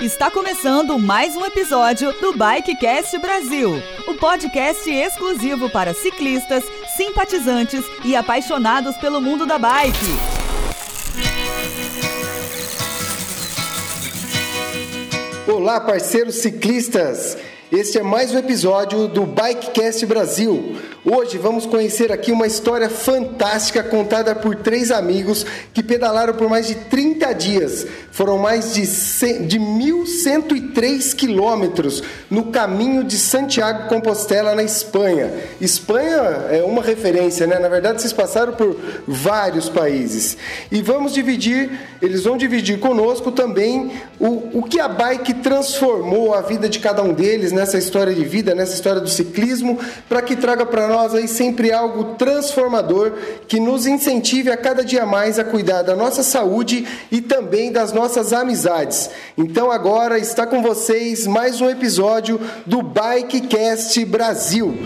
Está começando mais um episódio do BikeCast Brasil, o podcast exclusivo para ciclistas, simpatizantes e apaixonados pelo mundo da bike. Olá, parceiros ciclistas! Este é mais um episódio do BikeCast Brasil. Hoje vamos conhecer aqui uma história fantástica contada por 3 amigos que pedalaram por mais de 30 dias. Foram mais de 1.103 quilômetros no caminho de Santiago Compostela, na Espanha. Espanha é uma referência, né? Na verdade, vocês passaram por vários países. E eles vão dividir conosco também o que a bike transformou a vida de cada um deles nessa história de vida, nessa história do ciclismo, para que traga para nós aí sempre algo transformador que nos incentive a cada dia mais a cuidar da nossa saúde e também das nossas amizades. Então agora está com vocês mais um episódio do BikeCast Brasil.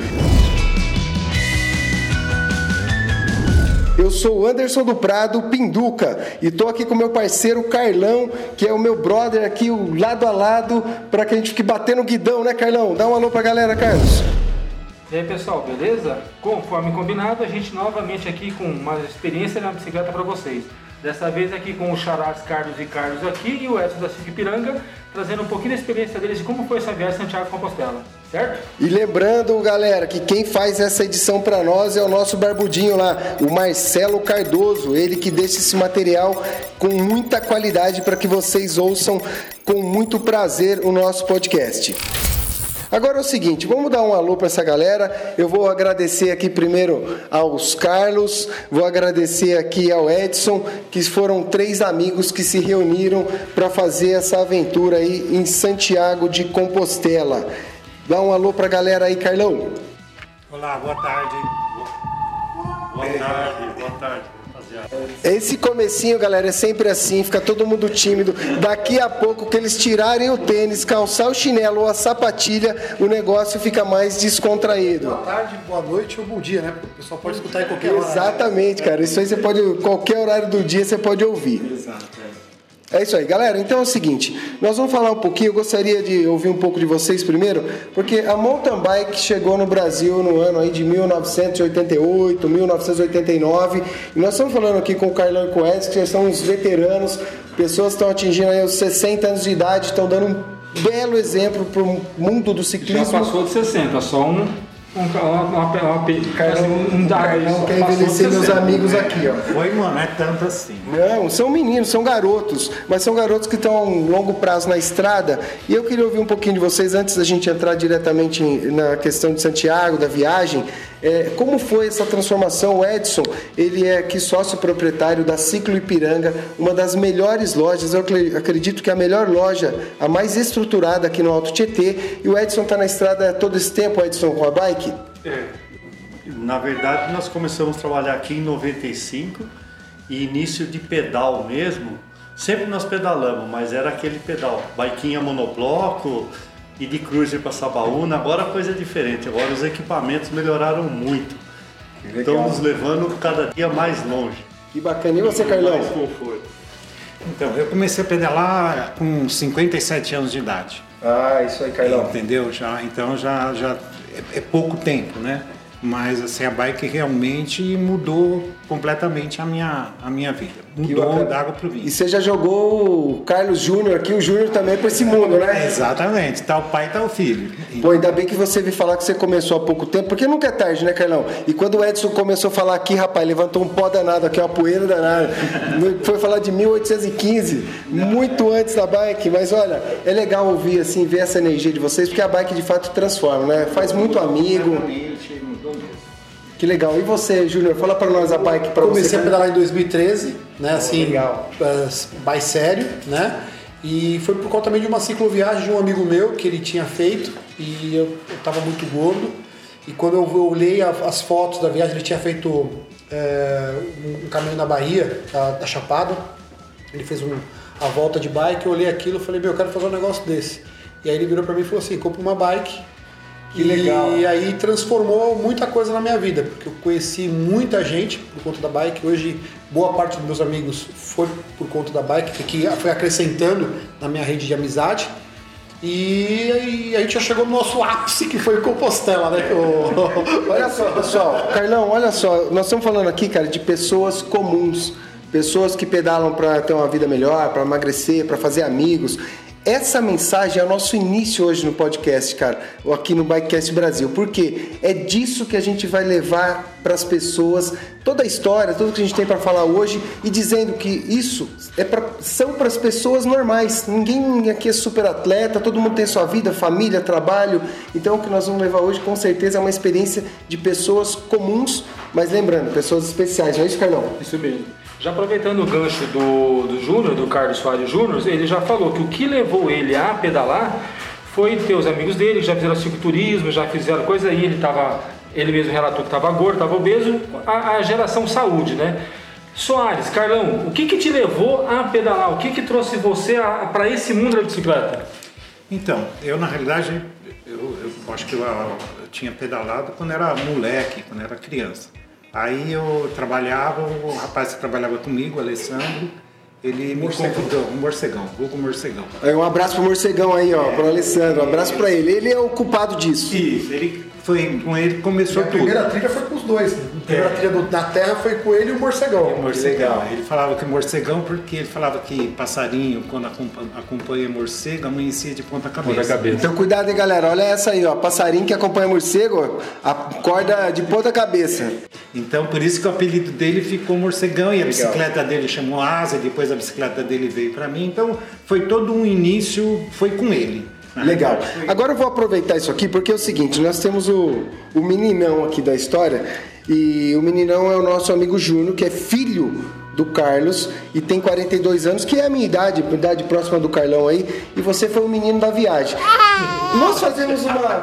Eu sou o Anderson do Prado, Pinduca, e estou aqui com meu parceiro Carlão, que é o meu brother aqui, o lado a lado, para que a gente fique batendo o guidão, né, Carlão? Dá um alô pra galera, Carlos. E aí, pessoal, beleza? Conforme combinado, a gente novamente aqui com uma experiência na bicicleta para vocês. Dessa vez aqui com os xarás Carlos e Carlos aqui e o Edson da Ciclo Ipiranga, trazendo um pouquinho da experiência deles de como foi essa viagem Santiago Compostela, certo? E lembrando, galera, que quem faz essa edição para nós é o nosso barbudinho lá, o Marcelo Cardoso, ele que deixa esse material com muita qualidade para que vocês ouçam com muito prazer o nosso podcast. Agora é o seguinte, vamos dar um alô para essa galera. Eu vou agradecer aqui primeiro aos Carlos, vou agradecer aqui ao Edson, que foram 3 amigos que se reuniram para fazer essa aventura aí em Santiago de Compostela. Dá um alô para a galera aí, Carlão. Olá, boa tarde. Boa tarde. Esse comecinho, galera, é sempre assim, fica todo mundo tímido. Daqui a pouco que eles tirarem o tênis, calçar o chinelo ou a sapatilha, o negócio fica mais descontraído. Boa tarde, boa noite ou bom dia, né? O pessoal pode escutar em qualquer hora. Exatamente, cara. Isso aí você pode, qualquer horário do dia você pode ouvir. Exato. É isso aí, galera. Então é o seguinte, nós vamos falar um pouquinho, eu gostaria de ouvir um pouco de vocês primeiro, porque a mountain bike chegou no Brasil no ano aí de 1988, 1989, e nós estamos falando aqui com o Carlão e com o Edson, que já são uns veteranos, pessoas que estão atingindo aí os 60 anos de idade, estão dando um belo exemplo para o mundo do ciclismo. Já passou de 60, só um Carlão quer envelhecer meus amigos aqui, ó. Foi, mano, não é tanto assim. Não, são meninos, são garotos, mas são garotos que estão a um longo prazo na estrada. E eu queria ouvir um pouquinho de vocês, antes da gente entrar diretamente na questão de Santiago, da viagem. Como foi essa transformação? O Edson, ele é aqui sócio proprietário da Ciclo Ipiranga, uma das melhores lojas, eu acredito que a melhor loja, a mais estruturada aqui no Alto Tietê. E o Edson está na estrada todo esse tempo, Edson, com a bike? Na verdade, nós começamos a trabalhar aqui em 95 e início de pedal mesmo, sempre nós pedalamos, mas era aquele pedal, biquinha monobloco e de cruiser para Sabaúna. Agora a coisa é diferente, agora os equipamentos melhoraram muito, estão nos levando cada dia mais longe. Que bacana, e você, Carlão? Mais conforto. Então, eu comecei a pedalar com 57 anos de idade. Ah, isso aí, Carlão. Entendeu? Então já é pouco tempo, né? Mas assim, a bike realmente mudou completamente a minha vida. Mudou da água pro vinho. E você já jogou o Carlos Júnior aqui, o Júnior também para esse mundo, né? Exatamente, tá o pai e tá o filho. Pô, ainda bem que você veio falar que você começou há pouco tempo, porque nunca é tarde, né, Carlão? E quando o Edson começou a falar aqui, rapaz, levantou um pó danado aqui, uma poeira danada. Foi falar de 1815, muito antes da bike. Mas olha, é legal ouvir assim, ver essa energia de vocês, porque a bike de fato transforma, né? Faz muito amigo. Que legal. E você, Júnior, fala para nós a bike para você. Comecei a pedalar em 2013, né? Assim, legal. Bike sério, né? E foi por conta também de uma cicloviagem de um amigo meu que ele tinha feito e eu estava muito gordo. E quando eu olhei as fotos da viagem, ele tinha feito um caminho na Bahia, da Chapada. Ele fez a volta de bike, eu olhei aquilo e falei, eu quero fazer um negócio desse. E aí ele virou para mim e falou assim, compra uma bike Que legal. E aí transformou muita coisa na minha vida, porque eu conheci muita gente por conta da bike. Hoje, boa parte dos meus amigos foi por conta da bike, que foi acrescentando na minha rede de amizade. E aí a gente já chegou no nosso ápice, que foi o Compostela, né? Olha só, pessoal. Carlão, olha só. Nós estamos falando aqui, cara, de pessoas comuns. Pessoas que pedalam para ter uma vida melhor, para emagrecer, para fazer amigos. Essa mensagem é o nosso início hoje no podcast, cara, aqui no Bikecast Brasil, porque é disso que a gente vai levar para as pessoas toda a história, tudo que a gente tem para falar hoje, e dizendo que isso são para as pessoas normais. Ninguém aqui é super atleta, todo mundo tem sua vida, família, trabalho. Então o que nós vamos levar hoje com certeza é uma experiência de pessoas comuns, mas lembrando, pessoas especiais, não é isso, Carlão? Isso mesmo. Já aproveitando o gancho do Júnior, do Carlos Soares Júnior, ele já falou que o que levou ele a pedalar foi ter os amigos dele que já fizeram cicloturismo, já fizeram coisa aí, ele mesmo relatou que estava gordo, estava obeso, a geração saúde, né? Soares, Carlão, o que te levou a pedalar? O que trouxe você para esse mundo da bicicleta? Então, eu na realidade, eu acho que eu tinha pedalado quando era moleque, quando era criança. Aí eu trabalhava, o rapaz que trabalhava comigo, o Alessandro, ele me convidou, Hugo Morcegão. Um abraço pro Morcegão aí, ó, pro Alessandro, um abraço pra ele. Ele é o culpado disso. Isso, foi com ele que começou tudo. A primeira trilha foi com os dois. A primeira trilha da Terra foi com ele e o Morcegão. Legal. Ele falava que o Morcegão, porque ele falava que passarinho, quando acompanha morcego, amanhecia de ponta cabeça. Então cuidado aí, galera. Olha essa aí, ó. Passarinho que acompanha morcego, acorda de ponta cabeça. Então por isso que o apelido dele ficou Morcegão, e a bicicleta dele chamou Asa, e depois a bicicleta dele veio para mim. Então foi todo um início, foi com ele. Legal. Agora eu vou aproveitar isso aqui porque é o seguinte, nós temos o meninão aqui da história, e o meninão é o nosso amigo Júnior, que é filho do Carlos e tem 42 anos, que é a minha idade próxima do Carlão aí, e você foi o menino da viagem. Nós fazemos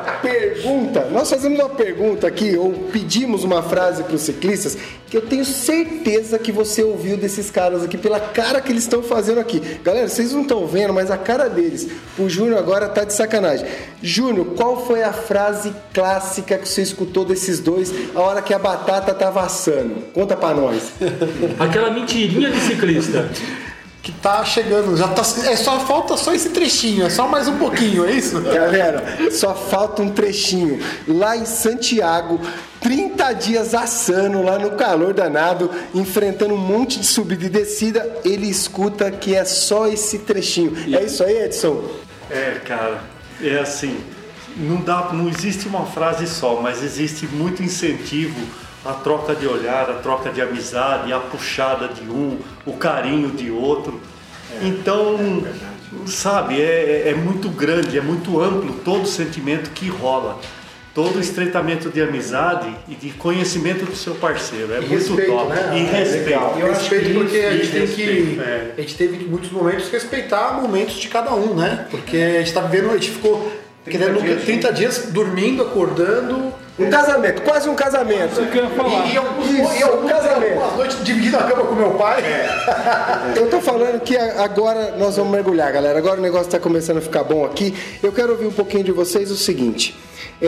uma pergunta aqui, ou pedimos uma frase para os ciclistas, que eu tenho certeza que você ouviu desses caras aqui, pela cara que eles estão fazendo aqui. Galera, vocês não estão vendo, mas a cara deles, o Júnior agora tá de sacanagem. Júnior, qual foi a frase clássica que você escutou desses dois a hora que a batata tava assando? Conta pra nós. Aquela mentirinha de ciclista. Que tá chegando, já tá, só falta esse trechinho, é só mais um pouquinho, é isso? Galera, só falta um trechinho. Lá em Santiago, 30 dias assando lá no calor danado, enfrentando um monte de subida e descida, ele escuta que é só esse trechinho. É isso aí, Edson? Cara, é assim, não existe uma frase só, mas existe muito incentivo, a troca de olhar, a troca de amizade, a puxada de um, o carinho de outro. Então, sabe, é muito grande, é muito amplo todo o sentimento que rola. Todo o estreitamento de amizade e de conhecimento do seu parceiro. É e muito respeito, top. Né? E respeito. Eu respeito porque a gente teve que, em muitos momentos, respeitar momentos de cada um, né? Porque a gente tá vivendo, a gente ficou 30 dias dormindo, acordando. Um casamento, quase um casamento. Isso que eu ia falar. E algumas noites dividindo a cama com meu pai. Eu tô falando que agora nós vamos mergulhar, galera. Agora o negócio tá começando a ficar bom aqui. Eu quero ouvir um pouquinho de vocês o seguinte.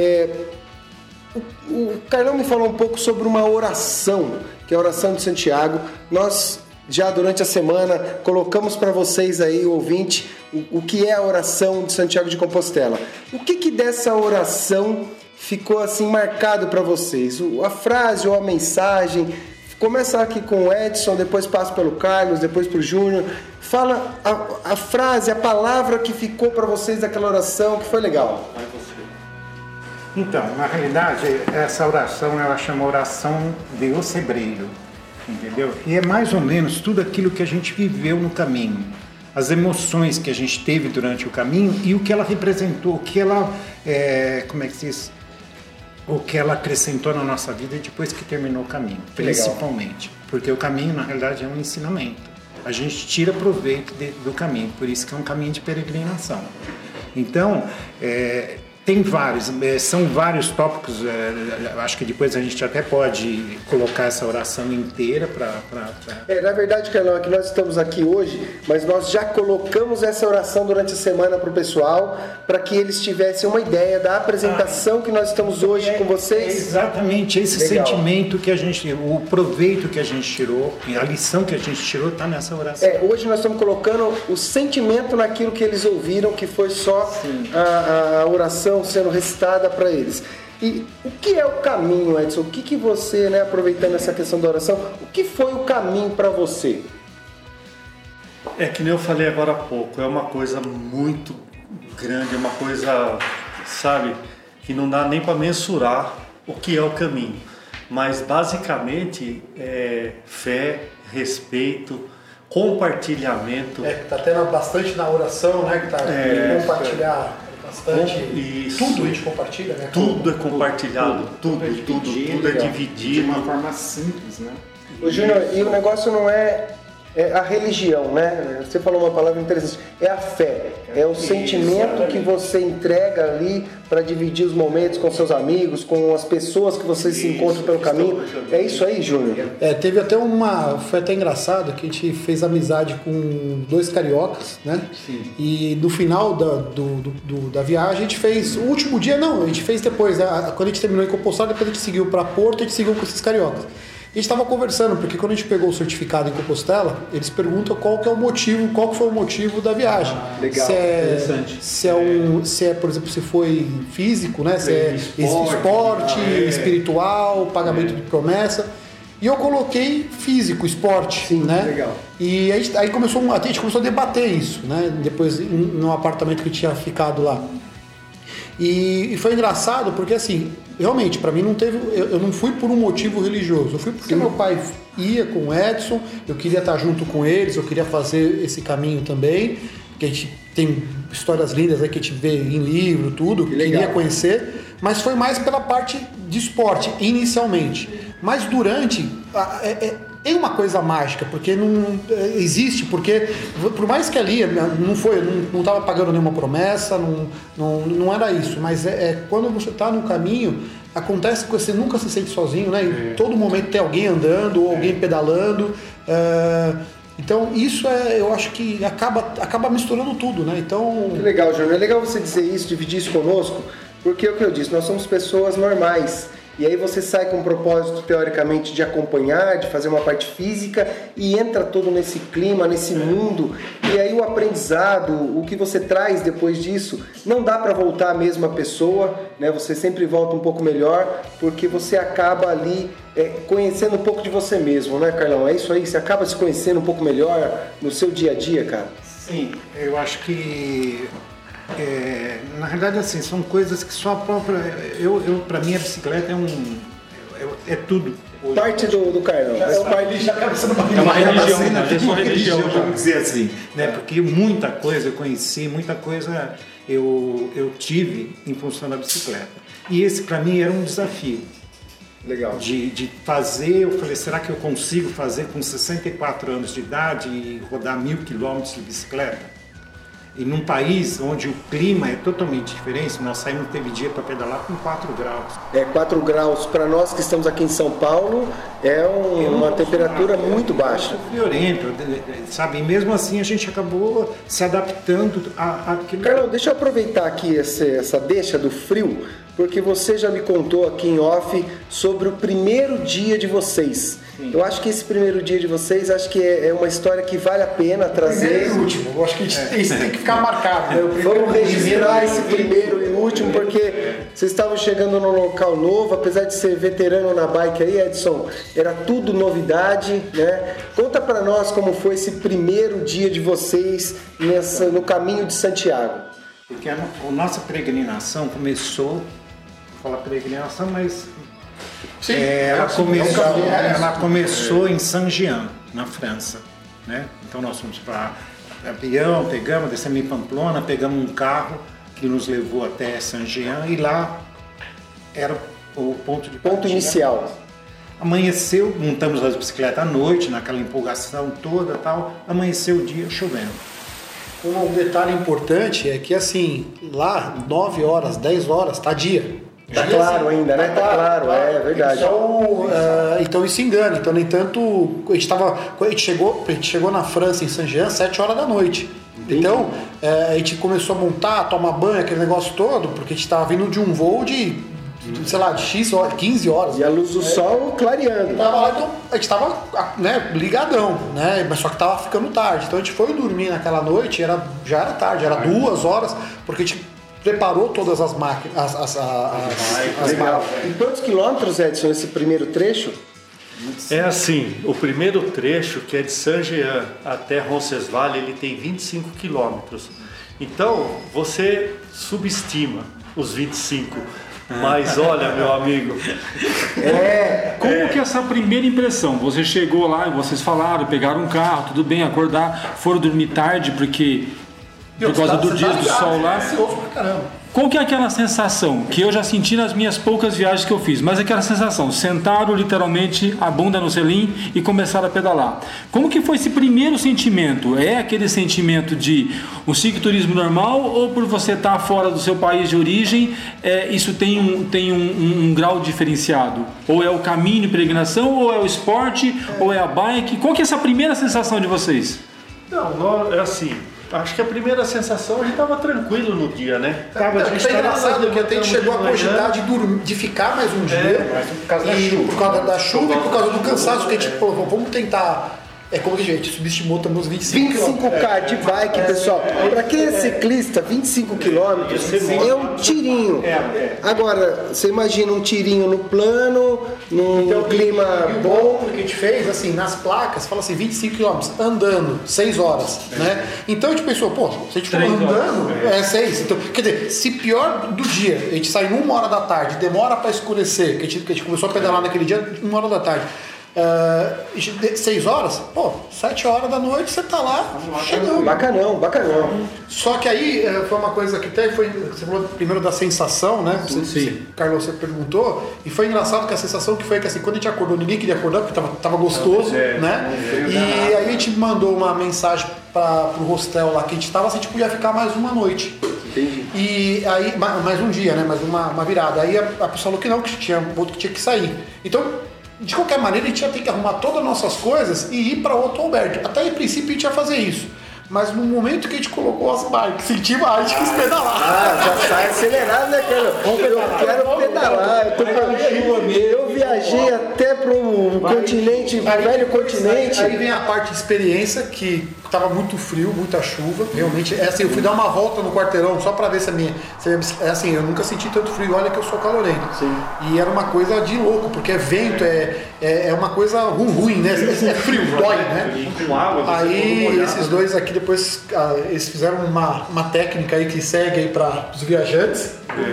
O Carlão me falou um pouco sobre uma oração, que é a oração de Santiago. Nós já durante a semana colocamos para vocês aí, o ouvinte, o que é a oração de Santiago de Compostela. O que dessa oração ficou assim marcado para vocês? A frase ou a mensagem? Começa aqui com o Edson, depois passa pelo Carlos, depois para o Júnior. Fala a frase, a palavra que ficou para vocês daquela oração, que foi legal. Então, na realidade, essa oração, ela chama oração de Ocebreiro, entendeu? E é mais ou menos tudo aquilo que a gente viveu no caminho, as emoções que a gente teve durante o caminho e o que ela representou, o que ela, o que ela acrescentou na nossa vida depois que terminou o caminho, principalmente. Porque o caminho, na realidade, é um ensinamento. A gente tira proveito do caminho, por isso que é um caminho de peregrinação. Então, Tem vários, são vários tópicos, acho que depois a gente até pode colocar essa oração inteira para... Na verdade, Carlão, é que nós estamos aqui hoje, mas nós já colocamos essa oração durante a semana para o pessoal, para que eles tivessem uma ideia da apresentação que nós estamos hoje com vocês. Exatamente, esse sentimento que a gente, o proveito que a gente tirou, a lição que a gente tirou está nessa oração. Hoje nós estamos colocando o sentimento naquilo que eles ouviram, que foi só a oração sendo recitada para eles. E o que é o caminho, Edson? O que você, aproveitando essa questão da oração, o que foi o caminho para você? É que nem eu falei agora há pouco, é uma coisa muito grande, é uma coisa, sabe, que não dá nem para mensurar o que é o caminho. Mas basicamente é fé, respeito, compartilhamento. Tá tendo bastante na oração, né? Que tá compartilhar bastante. Isso. Tudo a gente compartilha, né? Tudo é compartilhado, tudo é dividido. De uma forma simples, né? Ô, Júnior, e o negócio não é a religião, né? Você falou uma palavra interessante. É a fé. É o sentimento que você entrega ali para dividir os momentos com seus amigos, com as pessoas que vocês se encontram pelo caminho. É isso aí, Júnior? Teve até foi até engraçado que a gente fez amizade com 2 cariocas, né? Sim. E no final da viagem a gente fez, o último dia não, a gente fez depois, quando a gente terminou em Compostela, depois a gente seguiu para Porto e a gente seguiu com esses cariocas. A gente estava conversando, porque quando a gente pegou o certificado em Compostela, eles perguntam qual que foi o motivo da viagem. Legal, interessante. Se é, por exemplo, se foi físico, né? Se é esporte, espiritual, pagamento de promessa. E eu coloquei físico, esporte, né? Legal. E aí a gente começou a debater isso, né? Depois, no apartamento que tinha ficado lá. E foi engraçado porque, assim, realmente, para mim não teve... Eu não fui por um motivo religioso. Eu fui porque meu pai ia com o Edson, eu queria estar junto com eles, eu queria fazer esse caminho também, porque a gente tem histórias lindas aí que a gente vê em livro, tudo, que queria conhecer, mas foi mais pela parte de esporte, inicialmente. Mas durante... Tem uma coisa mágica, porque não existe, porque por mais que ali não estava pagando nenhuma promessa, não era isso, mas quando você está no caminho, acontece que você nunca se sente sozinho, né? Em todo momento tem alguém andando ou alguém pedalando. Então isso eu acho que acaba misturando tudo, né? Então... Que legal, Júnior. É legal você dizer isso, dividir isso conosco, porque é o que eu disse, nós somos pessoas normais. E aí você sai com o propósito, teoricamente, de acompanhar, de fazer uma parte física e entra todo nesse clima, nesse mundo. E aí o aprendizado, o que você traz depois disso, não dá para voltar a mesma pessoa, né? Você sempre volta um pouco melhor, porque você acaba ali conhecendo um pouco de você mesmo, né, Carlão? É isso aí, você acaba se conhecendo um pouco melhor no seu dia a dia, cara? Sim, eu acho que... na realidade, assim, são coisas que só a própria... Para mim, a bicicleta é tudo. Parte do Carlão. É uma religião, vamos dizer assim. Né? Porque muita coisa eu conheci, muita coisa eu tive em função da bicicleta. E esse, para mim, era um desafio. Legal. De fazer, eu falei, será que eu consigo fazer com 64 anos de idade e rodar 1000 quilômetros de bicicleta? E num país onde o clima é totalmente diferente, nós saímos, teve dia para pedalar com 4 graus. 4 graus para nós que estamos aqui em São Paulo é uma temperatura muito baixa. É friorento, sabe? E mesmo assim a gente acabou se adaptando àquilo. Carlão, deixa eu aproveitar aqui essa deixa do frio, porque você já me contou aqui em off sobre o primeiro dia de vocês. Sim. Eu acho que esse primeiro dia de vocês, acho que é uma história que vale a pena trazer. Primeiro e último, eu acho que isso tem que ficar marcado, né? Vamos registrar esse primeiro e último, porque vocês estavam chegando num local novo, apesar de ser veterano na bike aí, Edson, era tudo novidade, né? Conta pra nós como foi esse primeiro dia de vocês no caminho de Santiago. Porque a nossa peregrinação começou, vou falar peregrinação, mas... Sim, ela começou em Saint-Jean, na França, né? Então nós fomos para avião, descemos em Pamplona, pegamos um carro que nos levou até Saint-Jean e lá era o ponto inicial. Amanheceu, montamos as bicicletas à noite, naquela empolgação toda, tal. Amanheceu o dia chovendo. Um detalhe importante é que assim, lá 9 horas, 10 horas, tá dia. Tá claro ainda, né? Tá claro, é verdade. Então isso engana. Então, nem tanto. A gente chegou na França, em Saint-Jean, 7 horas da noite. Entendi. Então, a gente começou a montar, tomar banho, aquele negócio todo, porque a gente tava vindo de um voo de, sei lá, de X horas, 15 horas. E a luz do sol clareando. Então, a gente tava, né, ligadão, né? Mas só que tava ficando tarde. Então a gente foi dormir naquela noite, já era tarde, era 2 horas, porque a gente preparou todas as máquinas. Legal. E quantos quilômetros, Edson, esse primeiro trecho? É assim, o primeiro trecho, que é de Saint-Jean até Roncesvalles, ele tem 25 quilômetros. Então, você subestima os 25. Mas olha, meu amigo... Como que é essa primeira impressão? Você chegou lá e vocês falaram, pegaram um carro, tudo bem, acordar, foram dormir tarde porque... Por causa do dia do sol lá. Qual que é aquela sensação que eu já senti nas minhas poucas viagens que eu fiz? Mas aquela sensação, sentaram literalmente a bunda no selim e começaram a pedalar. Como que foi esse primeiro sentimento? É aquele sentimento de um cicloturismo normal ou por você estar fora do seu país de origem, isso tem um grau diferenciado? Ou é o caminho de peregrinação, ou é o esporte, ou é a bike? Qual que é essa primeira sensação de vocês? Não, é assim... Acho que a primeira sensação, a gente estava tranquilo no dia, né? Foi engraçado porque até a gente chegou a cogitar de ficar mais um dia. Por causa da chuva. Por causa da chuva e por causa do cansaço, que a gente falou, vamos tentar... como que a gente subestimou também os 25K de bike, pessoal. Para quem é ciclista, 25 quilômetros é um tirinho. Agora, você imagina um tirinho no plano, num clima bom. O que a gente fez, assim, nas placas, fala assim, 25 km andando, 6 horas, né? Então a gente pensou, se a gente for andando, 6. Então, quer dizer, se pior do dia, a gente sai 1 hora da tarde, demora para escurecer, que a gente começou a pedalar naquele dia, 1 hora da tarde. 6 horas, 7 horas da noite você tá lá chegando. Bacanão. Só que aí foi uma coisa que até foi. Você falou primeiro da sensação, né? Carlos, você perguntou, e foi engraçado que a sensação que foi que assim, quando a gente acordou, ninguém queria acordar porque tava gostoso, né? E aí a gente mandou uma mensagem pro hostel lá que a gente tava, assim, a gente podia ficar mais uma noite. Entendi. E aí, mais um dia, né? Mais uma virada. Aí a pessoa falou que não, que tinha outro que tinha que sair. Então, de qualquer maneira, a gente ia ter que arrumar todas as nossas coisas e ir para outro albergue. Até em princípio a gente ia fazer isso. Mas no momento que a gente colocou as bikes, sentimos, a gente quis pedalar. Já sai acelerado, né, cara? Eu quero pedalar. Eu viajei até pro continente, pro velho continente. Aí vem a parte de experiência, que tava muito frio, muita chuva. Realmente, assim, eu fui dar uma volta no quarteirão só pra ver se a minha... assim, eu nunca senti tanto frio, olha que eu sou calorento. Sim. E era uma coisa de louco, porque é vento, é uma coisa ruim, né? É frio, dói, né? Aí esses dois aqui, depois, eles fizeram uma técnica aí que segue aí para os viajantes.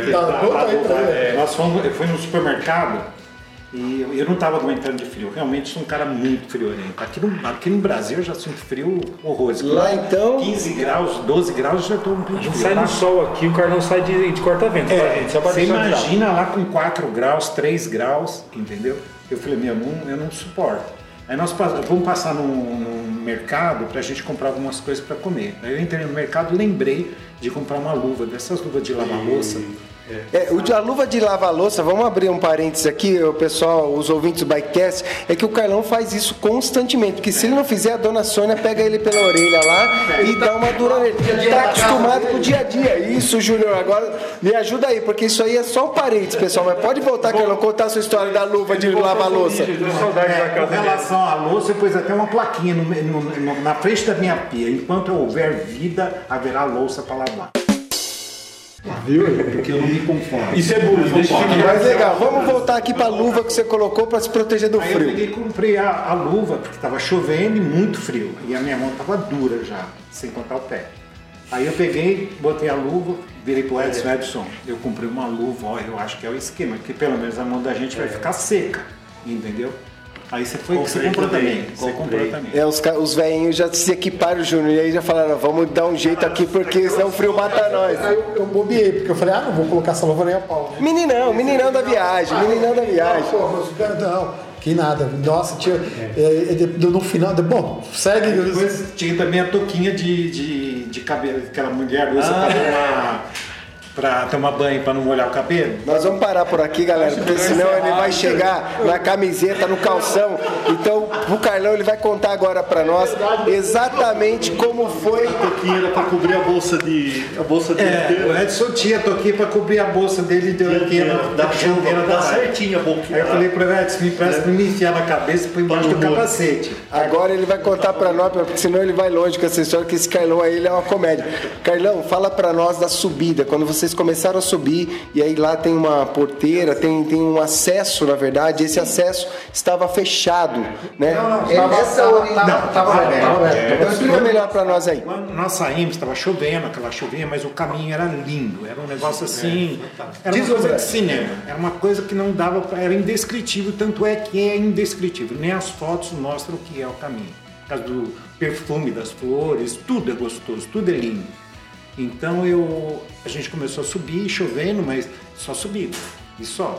Eu fui no supermercado e eu não estava aguentando de frio. Realmente sou um cara muito friorento. Aqui no Brasil eu já sinto frio horrores. Lá então... 15 graus, 12 graus eu já estou muito frio. Sai no sol aqui, o Carlão sai de corta-vento. Você imagina lá com 4 graus, 3 graus, entendeu? Eu falei, eu não suporto. Aí nós vamos passar num mercado pra gente comprar algumas coisas para comer. Aí eu entrei no mercado e lembrei de comprar uma luva, dessas luvas de lavar louça. A luva de lavar louça, vamos abrir um parênteses aqui, o pessoal, os ouvintes do Bikecast, é que o Carlão faz isso constantemente, porque se ele não fizer, a dona Sônia pega ele pela orelha lá e dá uma dura nele. Ele tá acostumado com o dia a dia. Isso, Júnior, agora me ajuda aí, porque isso aí é só um parênteses, pessoal, mas pode voltar, Carlão, contar a sua história da luva de lavar louça. Com relação à louça, eu pus até uma plaquinha na frente da minha pia: enquanto houver vida, haverá louça para lavar. Viu? Porque eu não me conformo. Isso é burro, deixa eu Mas legal, vamos voltar aqui para a luva que você colocou para se proteger do frio. Eu peguei e comprei a luva, porque estava chovendo e muito frio. E a minha mão estava dura já, sem contar o pé. Aí eu peguei, botei a luva, virei pro Edson, eu comprei uma luva, eu acho que é o esquema, porque pelo menos a mão da gente vai ficar seca, entendeu? Aí você comprou também. Os velhinhos já se equiparam, Júnior, e aí já falaram, vamos dar um jeito aqui, porque senão o frio mata nós. Aí eu bobeei, porque eu falei, não vou colocar essa luva nem a pau. Né? Meninão da viagem, Não, Que nada. Nossa, tinha. No final. Bom, segue. Depois tinha também a touquinha de cabelo, que aquela mulher usa pra tomar banho, pra não molhar o cabelo. Nós vamos parar por aqui, galera, porque senão ele vai chegar na camiseta, no calção. Então, o Carlão ele vai contar agora pra nós exatamente como foi. A touquinha era pra cobrir a bolsa dianteira. O Edson tinha a touquinha pra cobrir a bolsa dele da chuva, dá certinho a boquinha. Aí eu falei pro Edson, me empresta pra me enfiar na cabeça e põe embaixo do capacete. Agora ele vai contar pra nós, porque senão ele vai longe com essa história, que esse Carlão aí ele é uma comédia. Carlão, fala pra nós da subida, quando vocês começaram a subir, e aí lá tem uma porteira, tem um acesso, na verdade, esse acesso estava fechado, né? Estava aberto. Então explica melhor pra nós aí. Quando nós saímos, estava chovendo, aquela chuvinha, mas o caminho era lindo, era um negócio assim, era uma coisa de cinema, era uma coisa que não dava, era indescritível, tanto é que é indescritível, nem as fotos mostram o que é o caminho, por causa do perfume das flores, tudo é gostoso, tudo é lindo. Então a gente começou a subir, chovendo, mas só subindo, e sobe.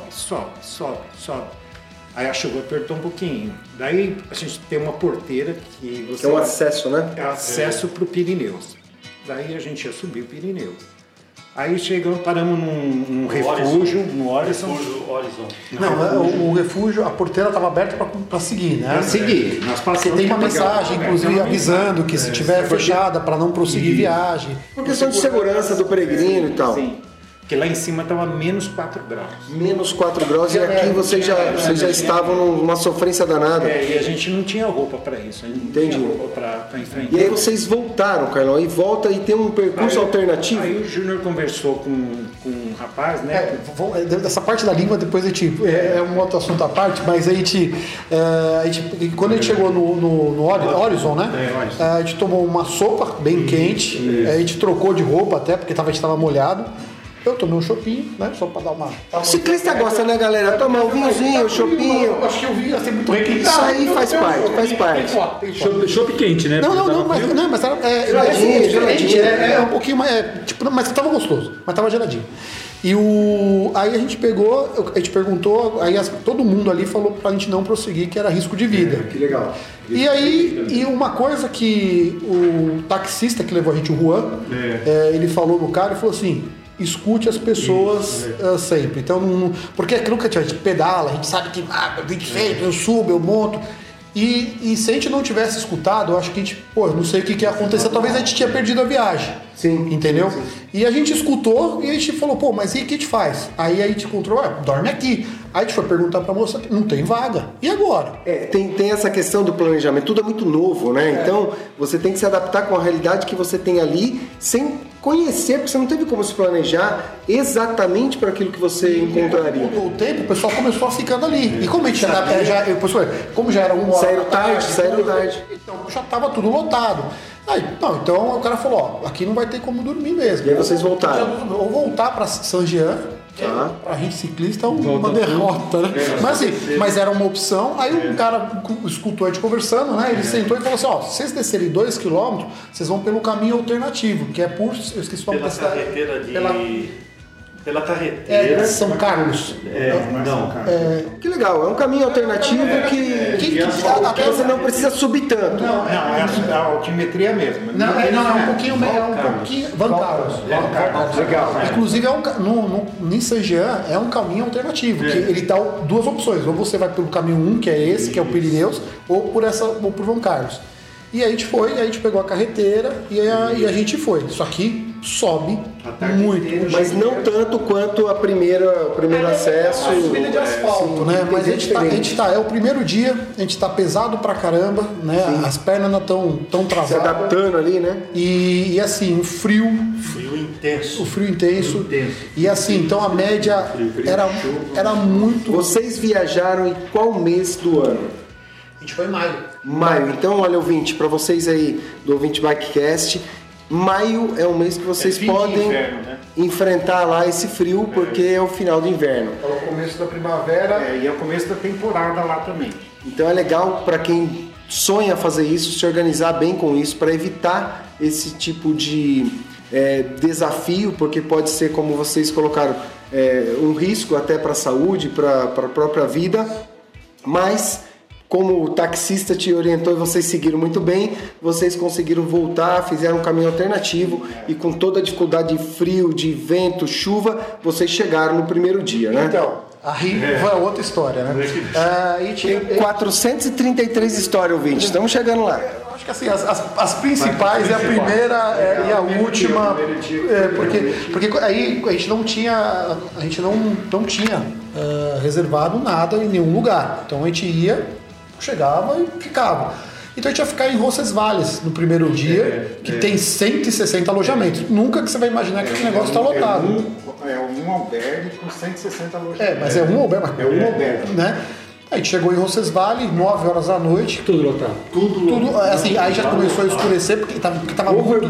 Aí a chuva apertou um pouquinho. Daí a gente tem uma porteira que você... Que é um acesso, né? É acesso para o Pirineus. Daí a gente ia subir o Pirineus. Aí chegamos, paramos num refúgio, no Horizon. Não, o refúgio, a porteira estava aberta para seguir, né? Para seguir. Nós passamos. Tem uma mensagem, inclusive, avisando que se tiver fechada, para não prosseguir viagem. Por questão de segurança do peregrino e tal. Sim. Porque lá em cima estava menos 4 graus. Menos 4 graus e aqui vocês já estavam numa sofrência danada. E a gente não tinha roupa para isso. A gente não tinha roupa para enfrentar. E aí vocês voltaram, Carlão, e volta e tem um percurso alternativo. Aí o Júnior conversou com um rapaz, né? Dessa parte da língua, depois a gente... É um outro assunto à parte, mas a gente quando a gente chegou no Horizon, né? A gente tomou uma sopa bem quente, a gente trocou de roupa até, porque a gente estava molhado. Eu tomei um chopinho, né? Só pra dar uma... Ciclista gosta, né, galera? Tomar um vinhozinho, um chopinho. Acho que eu vi assim muito requintado. Isso aí faz parte. Chopp quente, né? Mas era geladinho. É um pouquinho mais... mas tava gostoso. Mas tava geladinho. Aí a gente perguntou, aí todo mundo ali falou pra gente não prosseguir, que era risco de vida. Que legal. E uma coisa que o taxista que levou a gente, o Juan, ele falou no cara, ele falou assim... Escute as pessoas sempre. Então, porque aquilo que a gente pedala, a gente sabe que eu subo, eu monto. E se a gente não tivesse escutado, eu acho que a gente, não sei o que ia acontecer, talvez a gente tinha perdido a viagem. Sim. Entendeu? Sim. E a gente escutou e a gente falou, mas e o que a gente faz? Aí a gente encontrou, dorme aqui. Aí a gente foi perguntar pra moça, não tem vaga. E agora? Tem essa questão do planejamento, tudo é muito novo, né? Então, você tem que se adaptar com a realidade que você tem ali, sem conhecer, porque você não teve como se planejar exatamente para aquilo que você encontraria. Com o tempo, o pessoal começou a ficando ali. E como a gente como já era 1 hora... Saíram tarde. Então, já estava tudo lotado. Então o cara falou, aqui não vai ter como dormir mesmo. E aí vocês voltaram? Ou voltar para Saint Jean, pra gente ciclista é uma derrota, né? Mas era uma opção. Aí um cara escutou a gente conversando, né? Ele sentou e falou assim, se vocês descerem 2 km, vocês vão pelo caminho alternativo, que é por... Eu esqueci o nome da cidade. Pela carreteira. São Carlos. Que legal, é um caminho alternativo que você não precisa subir tanto. Não, é a altimetria mesmo. É um pouquinho. Van Carlos. Legal. Inclusive, em Saint Jean é um caminho alternativo, que ele dá 2 opções. Ou você vai pelo caminho 1, que é esse, que é o Pirineus, ou por Van Carlos. E aí a gente pegou a carreteira e a gente foi. Só que sobe muito. Mas não tanto quanto o primeiro acesso. A subida de asfalto, né? Mas a gente tá, é o primeiro dia, a gente tá pesado pra caramba, né? Sim. As pernas não tão travadas. Se adaptando ali, né? E assim, o frio intenso. E assim, então a média era muito... Vocês viajaram em qual mês do ano? A gente foi em maio. Então, olha, ouvinte, para vocês aí do Ouvinte Bikecast, maio é um mês que vocês podem enfrentar lá esse frio, porque é o final do inverno. É o começo da primavera. E é o começo da temporada lá também. Então é legal para quem sonha fazer isso, se organizar bem com isso, para evitar esse tipo de desafio, porque pode ser, como vocês colocaram, um risco até para a saúde, para a própria vida. mas como o taxista te orientou e vocês seguiram muito bem, vocês conseguiram voltar, fizeram um caminho alternativo e com toda a dificuldade de frio, de vento, chuva, vocês chegaram no primeiro dia, né? Então, aí vai outra história, né? Tem 433 histórias, ouvinte, estamos chegando lá. Acho que assim, as principais é a primeira e a última, porque aí a gente não tinha reservado nada em nenhum lugar. Então a gente ia, chegava e ficava. Então a gente ia ficar em Roncesvalles no primeiro dia, que tem 160 alojamentos. Nunca que você vai imaginar que esse negócio está lotado. É um albergue com 160 alojamentos. Mas é um albergue. É um albergue. Né? A gente chegou em Roncesvalles, 9 horas da noite. Tudo lotado. Tudo, assim, aí já começou a escurecer, porque tava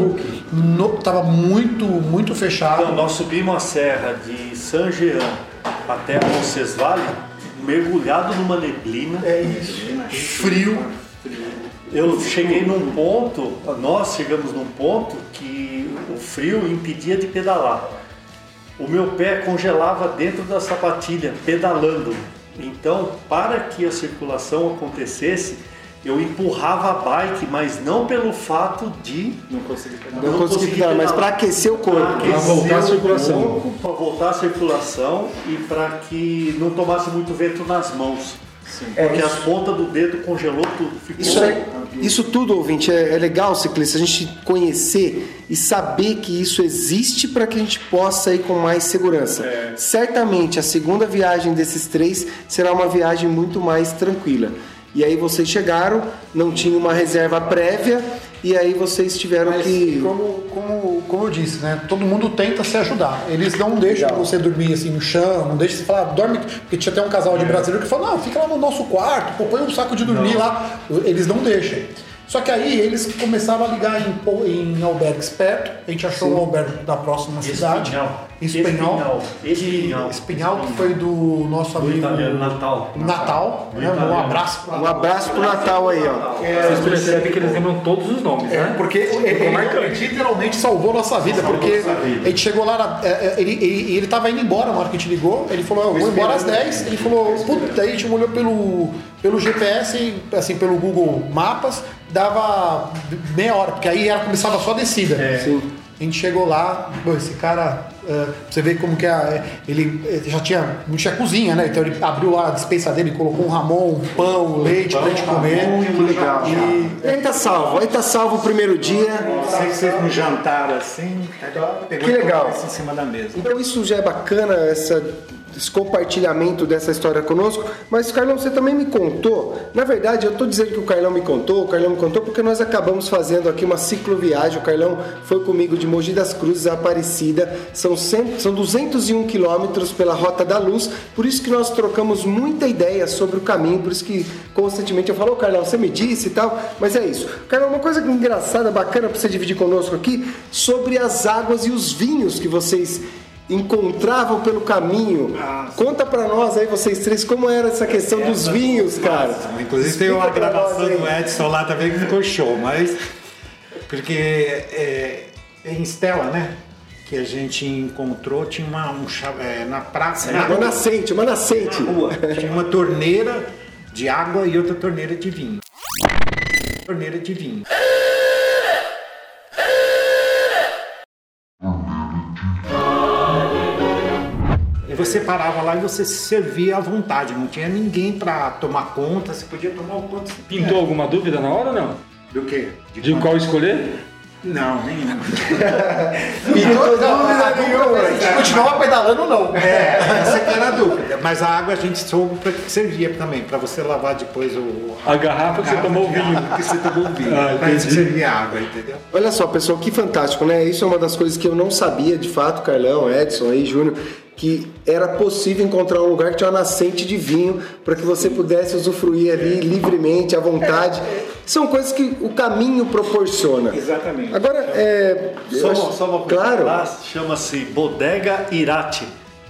muito fechado. Então, nós subimos a serra de San Jean até Roncesvalles, mergulhado numa neblina. É isso. Frio. Eu cheguei num ponto, nós chegamos num ponto que o frio impedia de pedalar. O meu pé congelava dentro da sapatilha, pedalando. Então, para que a circulação acontecesse, eu empurrava a bike, mas não pelo fato de não conseguir pedalar, mas para aquecer o corpo, para voltar a circulação, para voltar a circulação e para que não tomasse muito vento nas mãos. Sim. Porque as pontas do dedo congelou tudo. Isso tudo, ouvinte, é legal, ciclista, a gente conhecer e saber que isso existe para que a gente possa ir com mais segurança. Certamente a segunda viagem desses 3 será uma viagem muito mais tranquila. E aí vocês chegaram, não tinha uma reserva prévia, e aí vocês tiveram que... Como eu disse, né? Todo mundo tenta se ajudar. Eles não deixam você dormir assim no chão, não deixam você falar, dorme... Porque tinha até um casal de brasileiro que falou, não, fica lá no nosso quarto, põe um saco de dormir lá. Eles não deixam. Só que aí eles começaram a ligar em albergues perto. A gente achou um albergue da próxima cidade. Espinhal, que foi do nosso amigo Natal. Né? Um abraço pro Natal aí, ó. Vocês percebem que eles lembram todos os nomes, né? Porque ele literalmente salvou nossa vida, porque a gente chegou lá, ele tava indo embora na hora que a gente ligou, ele falou, eu vou embora às 10, ele falou, puta, aí a gente olhou pelo GPS, assim, pelo Google Mapas, dava meia hora, porque aí começava só a descida. A gente chegou lá, esse cara, você vê como que ele já não tinha cozinha, né? Então ele abriu lá a despensa dele, colocou um Ramon, um pão, leite pra gente comer. Que legal. Aí tá salvo o primeiro dia. Sei que vocês não jantaram assim, que legal. Em cima da mesa. Então isso já é bacana, esse compartilhamento dessa história conosco, mas Carlão, você também me contou, na verdade eu estou dizendo que o Carlão me contou porque nós acabamos fazendo aqui uma cicloviagem. O Carlão foi comigo de Mogi das Cruzes a Aparecida, são 201 quilômetros pela Rota da Luz, por isso que nós trocamos muita ideia sobre o caminho, por isso que constantemente eu falo, Carlão, você me disse e tal, mas é isso. Carlão, uma coisa engraçada, bacana para você dividir conosco aqui, sobre as águas e os vinhos que vocês encontravam pelo caminho. Conta pra nós aí, vocês 3, como era essa questão dos vinhos, cara. Inclusive tem uma gravação do Edson lá também que ficou show, mas porque em Stella, né, que a gente encontrou, tinha na praça, uma nascente na rua, tinha uma torneira de água e outra torneira de vinho. Você parava lá e você se servia à vontade, não tinha ninguém para tomar conta, você podia tomar o quanto você Pintou alguma dúvida na hora ou não? Do quê? De qual escolher? Não, nenhuma. A gente continuava pedalando ou não? Essa que era a dúvida. Mas a água a gente soube para que servia também, para você lavar depois a garrafa que você tomou o vinho. Que você tomou o vinho. Para isso servia água, entendeu? Olha só, pessoal, que fantástico, né? Isso é uma das coisas que eu não sabia, de fato, Carlão, Edson aí, Júnior, que era possível encontrar um lugar que tinha uma nascente de vinho para que você pudesse usufruir ali livremente, à vontade. São coisas que o caminho proporciona. Exatamente. Agora, só uma coisa, claro. lá chama-se Bodega Irati.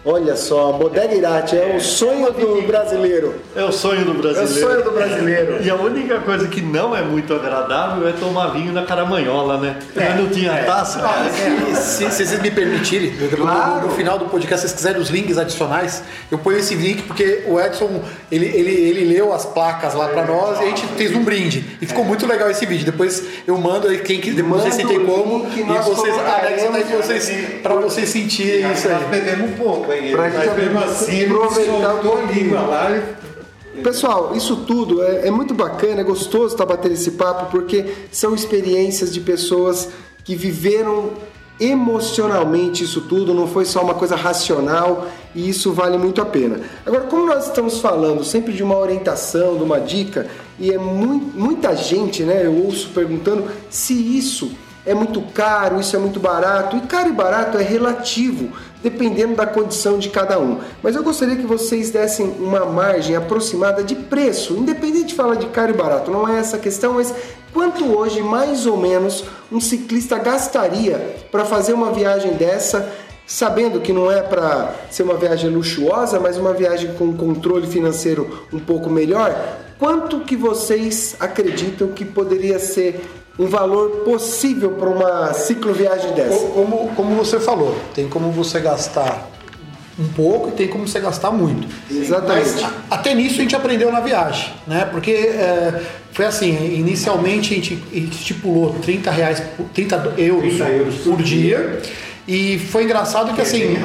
Olha só, Bodega Irati é o sonho do brasileiro. É o sonho do brasileiro. É o sonho do brasileiro. E a única coisa que não é muito agradável é tomar vinho na caramanhola, né? Eu não tinha taça. Se vocês me permitirem, no final do podcast, se vocês quiserem os links adicionais, eu ponho esse link porque o Edson, ele leu as placas lá pra nós e a gente fez um brinde. E ficou muito legal esse vídeo. Depois eu mando aí, não sei se tem como, e vocês anexam aí pra vocês sentirem isso aí. Nós bebemos um pouco, hein? Pra gente mesmo assim, aproveitar soltou a língua lá. Pessoal, isso tudo é muito bacana, é gostoso estar batendo esse papo, porque são experiências de pessoas que viveram emocionalmente isso tudo, não foi só uma coisa racional, e isso vale muito a pena. Agora, como nós estamos falando sempre de uma orientação, de uma dica, e é muita gente, né, eu ouço perguntando se isso é muito caro, isso é muito barato, e caro e barato é relativo, dependendo da condição de cada um. Mas eu gostaria que vocês dessem uma margem aproximada de preço, independente de falar de caro e barato, não é essa a questão, mas quanto hoje, mais ou menos, um ciclista gastaria para fazer uma viagem dessa, sabendo que não é para ser uma viagem luxuosa, mas uma viagem com controle financeiro um pouco melhor? Quanto que vocês acreditam que poderia ser um valor possível para uma cicloviagem dessa? Como você falou, tem como você gastar um pouco e tem como você gastar muito. Exatamente. Mas, até nisso a gente aprendeu na viagem, né? Porque foi assim, inicialmente a gente estipulou 30 euros por dia. E foi engraçado que assim,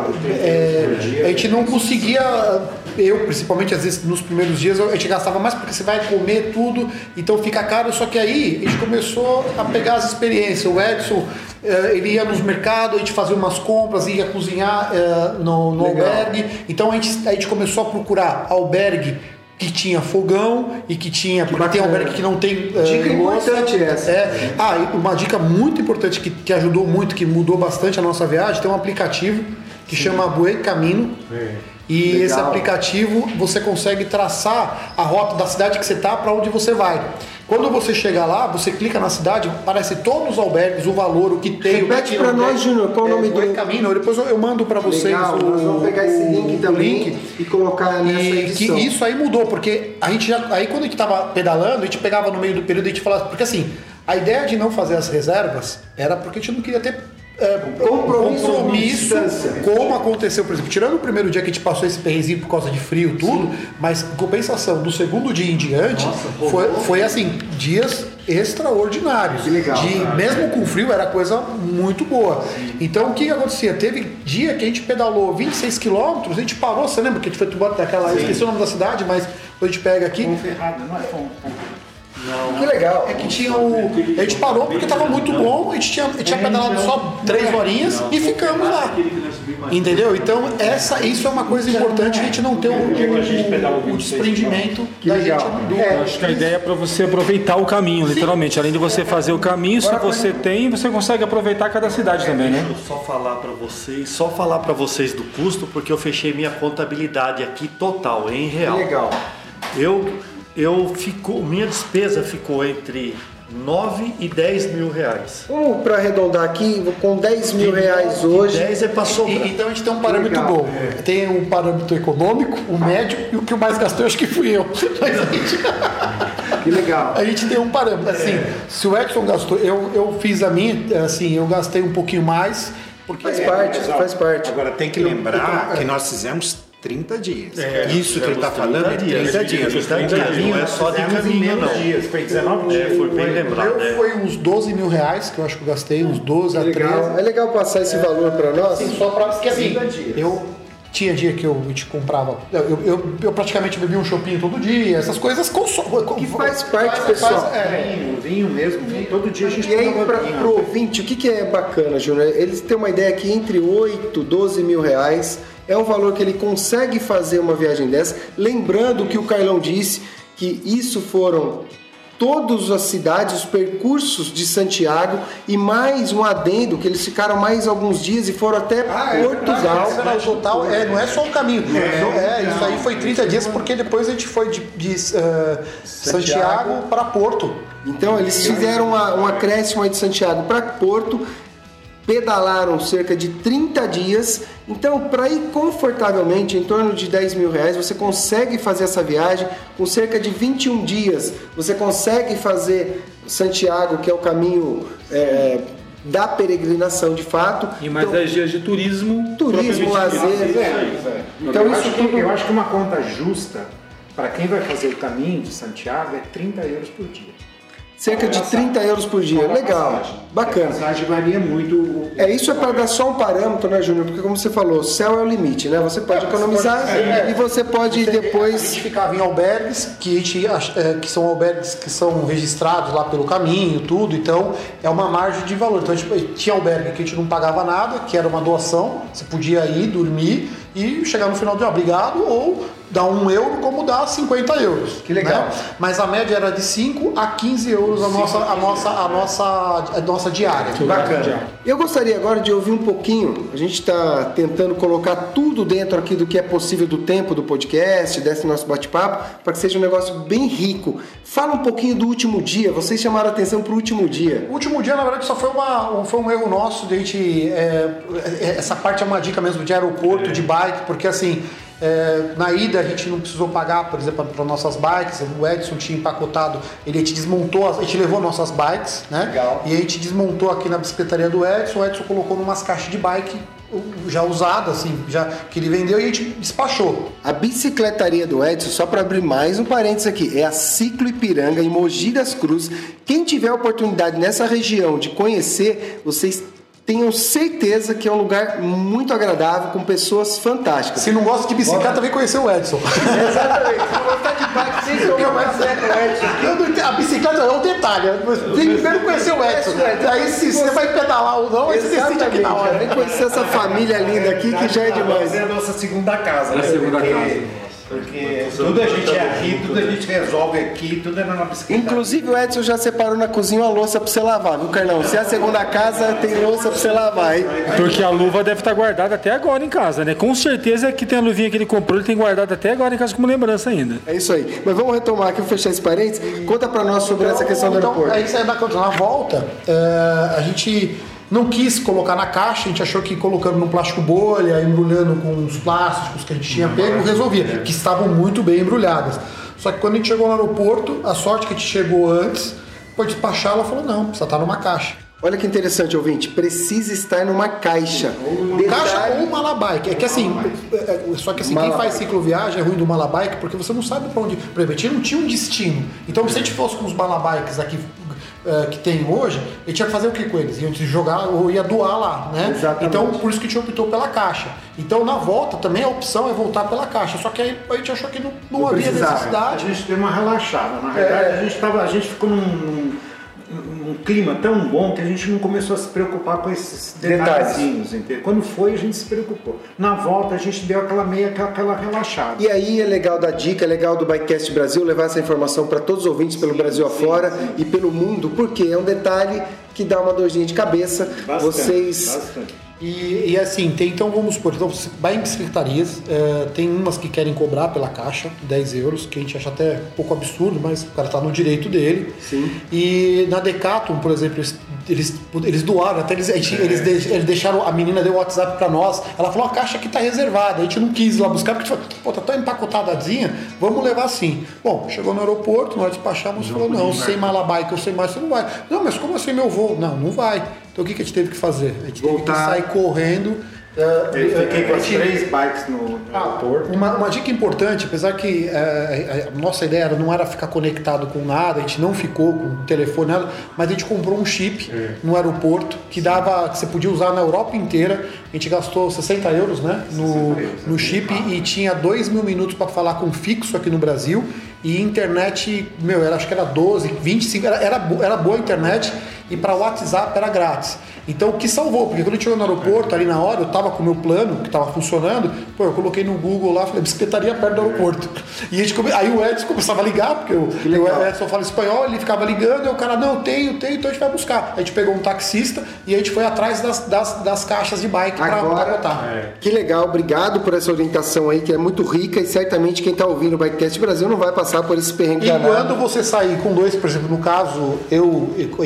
a gente não conseguia, eu principalmente às vezes nos primeiros dias a gente gastava mais porque você vai comer tudo, então fica caro, só que aí a gente começou a pegar as experiências. O Edson, ele ia nos mercados, a gente fazia umas compras, ia cozinhar no albergue, então a gente começou a procurar albergue que tinha fogão e que tinha, porque tem albergue que não tem dica importante essa. Uma dica muito importante que ajudou muito, que mudou bastante a nossa viagem, tem um aplicativo que chama Buen Camino. E legal. Esse aplicativo você consegue traçar a rota da cidade que você está para onde você vai. Quando você chega lá, você clica na cidade, aparece todos os albergues, o valor, o que tem. Repete para nós, Júnior, qual o nome do Buen Camino. Depois eu mando para vocês. Legal, nós vamos pegar esse link também e colocar nessa edição. Que isso aí mudou, porque a gente aí quando a gente estava pedalando, a gente pegava no meio do período e a gente falava, porque assim, a ideia de não fazer as reservas era porque a gente não queria ter compromisso como aconteceu, por exemplo, tirando o primeiro dia que a gente passou esse perrenzinho por causa de frio e tudo, mas em compensação, do segundo dia em diante, foi assim, dias extraordinários. Que legal. Mesmo com frio, era coisa muito boa. Então, o que acontecia? Teve dia que a gente pedalou 26 km, a gente parou, você lembra que a gente foi embora daquela, esqueci o nome da cidade, mas a gente pega aqui. Ferrada, não é Não. Que legal. É que tinha a gente parou porque estava muito bom, a gente tinha pedalado só 3 horinhas e ficamos lá. Entendeu? Então isso é uma coisa importante, a gente não ter o desprendimento da gente. Acho que a ideia é para você aproveitar o caminho, literalmente. Além de você fazer o caminho, se você tem, você consegue aproveitar cada cidade também, né? Deixa eu só falar para vocês do custo, porque eu fechei minha contabilidade aqui total, em real. Que legal. Minha despesa ficou entre 9 e 10 mil reais. Vamos para arredondar aqui, com 10 mil reais hoje. 10 é para sobrar. Então a gente tem um parâmetro legal. bom. Tem um parâmetro econômico, o médio, e o que eu mais gastei, acho que fui eu. Que legal. A gente tem um parâmetro. Assim, se o Edson gastou, eu fiz a minha, assim, eu gastei um pouquinho mais. Porque Faz parte. Agora tem que lembrar que nós fizemos 30 dias. Isso que ele está falando é 30 dias. Não é só de caminho, não. Foi 19 dias. Foi bem lembrado. Foi uns 12 mil reais que eu acho que eu gastei, uns 12 a 13. É legal passar esse valor para nós? Sim, só para porque assim, eu tinha dia que a gente comprava, eu praticamente bebia um chopinho todo dia, essas coisas que faz parte, pessoal. Vinho mesmo, todo dia a gente. E aí, para o ouvinte, o que é bacana, Júnior? Eles têm uma ideia que entre 8 e 12 mil reais é um valor que ele consegue fazer uma viagem dessa. Lembrando que o Carlão disse que isso foram todas as cidades, os percursos de Santiago e mais um adendo, que eles ficaram mais alguns dias e foram até Portugal. O total não é só o caminho. Isso aí foi 30 dias, porque depois a gente foi de Santiago para Porto. Então eles fizeram um acréscimo aí de Santiago para Porto. pedalaram cerca de 30 dias. Então, para ir confortavelmente, em torno de R$10.000, você consegue fazer essa viagem. Com cerca de 21 dias, você consegue fazer Santiago, que é o caminho da peregrinação de fato. E mais 10 dias de turismo, lazer. Então, eu acho que uma conta justa para quem vai fazer o caminho de Santiago é €30 por dia. Cerca de €30 por dia. Legal, bacana. A passagem varia muito. Isso é para dar só um parâmetro, né, Júnior? Porque como você falou, o céu é o limite, né? Você pode economizar e você pode depois... A gente ficava em albergues, que são albergues que são registrados lá pelo caminho, tudo, então é uma margem de valor. Então tinha albergue que a gente não pagava nada, que era uma doação, você podia ir, dormir e chegar no final do dia, obrigado, ou dar €1 como dá €50. Que legal. Né? Mas a média era de 5 a 15 euros a nossa diária. Bacana. Eu gostaria agora de ouvir um pouquinho, a gente está tentando colocar tudo dentro aqui do que é possível do tempo do podcast, desse nosso bate-papo, para que seja um negócio bem rico. Fala um pouquinho do último dia, vocês chamaram a atenção para o último dia. O último dia, na verdade, só foi um erro nosso de a gente... essa parte é uma dica mesmo de aeroporto, de bike, porque assim... na ida a gente não precisou pagar, por exemplo, para nossas bikes. O Edson tinha empacotado, a gente levou nossas bikes, né? Legal. E a gente desmontou aqui na bicicletaria do Edson. O Edson colocou numas caixas de bike já usadas, assim, que ele vendeu, e a gente despachou. A bicicletaria do Edson, só para abrir mais um parênteses aqui, é a Ciclo Ipiranga, em Mogi das Cruzes. Quem tiver a oportunidade nessa região de conhecer, vocês tenham certeza que é um lugar muito agradável, com pessoas fantásticas. Se não gosta de bicicleta, vem conhecer o Edson. Exatamente. Se não gostar de bike, vocês vão conhecer o Edson. A bicicleta é um detalhe. Vem primeiro conhecer o Edson. Aí se você vai pedalar ou não, aí você decide aqui na hora. Vem conhecer essa família linda aqui, que já é demais. É a nossa segunda casa. É a segunda casa. Porque tudo a gente é aqui, tudo a gente resolve aqui, tudo é na bicicleta. Inclusive o Edson já separou na cozinha uma louça pra você lavar, viu, Carlão? Se é a segunda casa, tem louça pra você lavar, hein? Porque a luva deve estar guardada até agora em casa, né? Com certeza que tem a luvinha que ele comprou, ele tem guardado até agora em casa como lembrança ainda. É isso aí. Mas vamos retomar aqui, vou fechar esse parênteses. Conta pra nós sobre essa questão do aeroporto. Aí você na volta, a gente não quis colocar na caixa, a gente achou que colocando no plástico bolha, embrulhando com os plásticos que a gente tinha pego, resolvia, que estavam muito bem embrulhadas. Só que quando a gente chegou no aeroporto, a sorte que a gente chegou antes, para despachar, ela falou, não, precisa estar numa caixa. Olha que interessante, ouvinte, precisa estar numa caixa. Caixa ou malabike. É que assim, só que assim, quem faz cicloviagem é ruim do malabike porque você não sabe para onde. Por exemplo, a gente não tinha um destino. Então, se a gente fosse com os malabikes aqui que tem hoje, a gente ia fazer o que com eles? Ia jogar ou ia doar lá, né? Exatamente. Então, por isso que a gente optou pela caixa. Então, na volta também a opção é voltar pela caixa. Só que aí a gente achou que não havia necessidade. A gente deu uma relaxada. Na verdade, a gente ficou num clima tão bom que a gente não começou a se preocupar com esses detalhezinhos, entendeu? Quando foi, a gente se preocupou. Na volta, a gente deu aquela relaxada. E aí é legal dar dica, é legal do Bikecast Brasil levar essa informação para todos os ouvintes pelo Brasil afora e pelo mundo, porque é um detalhe que dá uma dorzinha de cabeça. Bastante. E assim, então vamos supor, então você vai em bicicletarias, tem umas que querem cobrar pela caixa, €10, que a gente acha até um pouco absurdo, mas o cara tá no direito dele. Sim. E na Decathlon, por exemplo, eles doaram, até eles deixaram, a menina deu o WhatsApp pra nós, ela falou, a caixa aqui tá reservada, a gente não quis ir lá buscar, porque a gente falou, tá tão empacotadazinha, vamos levar assim. Bom, chegou no aeroporto, nós despachamos, falou, não, sem malabike, eu sei mais, você não vai. Não, mas como assim meu voo? Não vai. Então o que a gente teve que fazer? A gente teve que sair correndo. Eu fiquei com as 3 bikes no aeroporto. Uma dica importante, apesar que a nossa ideia não era ficar conectado com nada, a gente não ficou com telefone, nada, mas a gente comprou um chip no aeroporto que você podia usar na Europa inteira. A gente gastou €60, né, no chip e tinha 2.000 minutos para falar com fixo aqui no Brasil. E internet, acho que era 12, 25, era boa a internet, e para WhatsApp era grátis. Então o que salvou, porque quando a gente chegou no aeroporto, ali na hora, eu tava com o meu plano, que tava funcionando, eu coloquei no Google lá, falei, bicicletaria perto do aeroporto. E aí o Edson começava a ligar, porque o Edson fala espanhol, ele ficava ligando, e o cara, não, tenho, então a gente vai buscar. A gente pegou um taxista e a gente foi atrás das caixas de bike para botar. Que legal, obrigado por essa orientação aí, que é muito rica, e certamente quem tá ouvindo o Bikecast Brasil não vai passar por esse perrengue. E quando você sair com 2, por exemplo, no caso, a gente foi de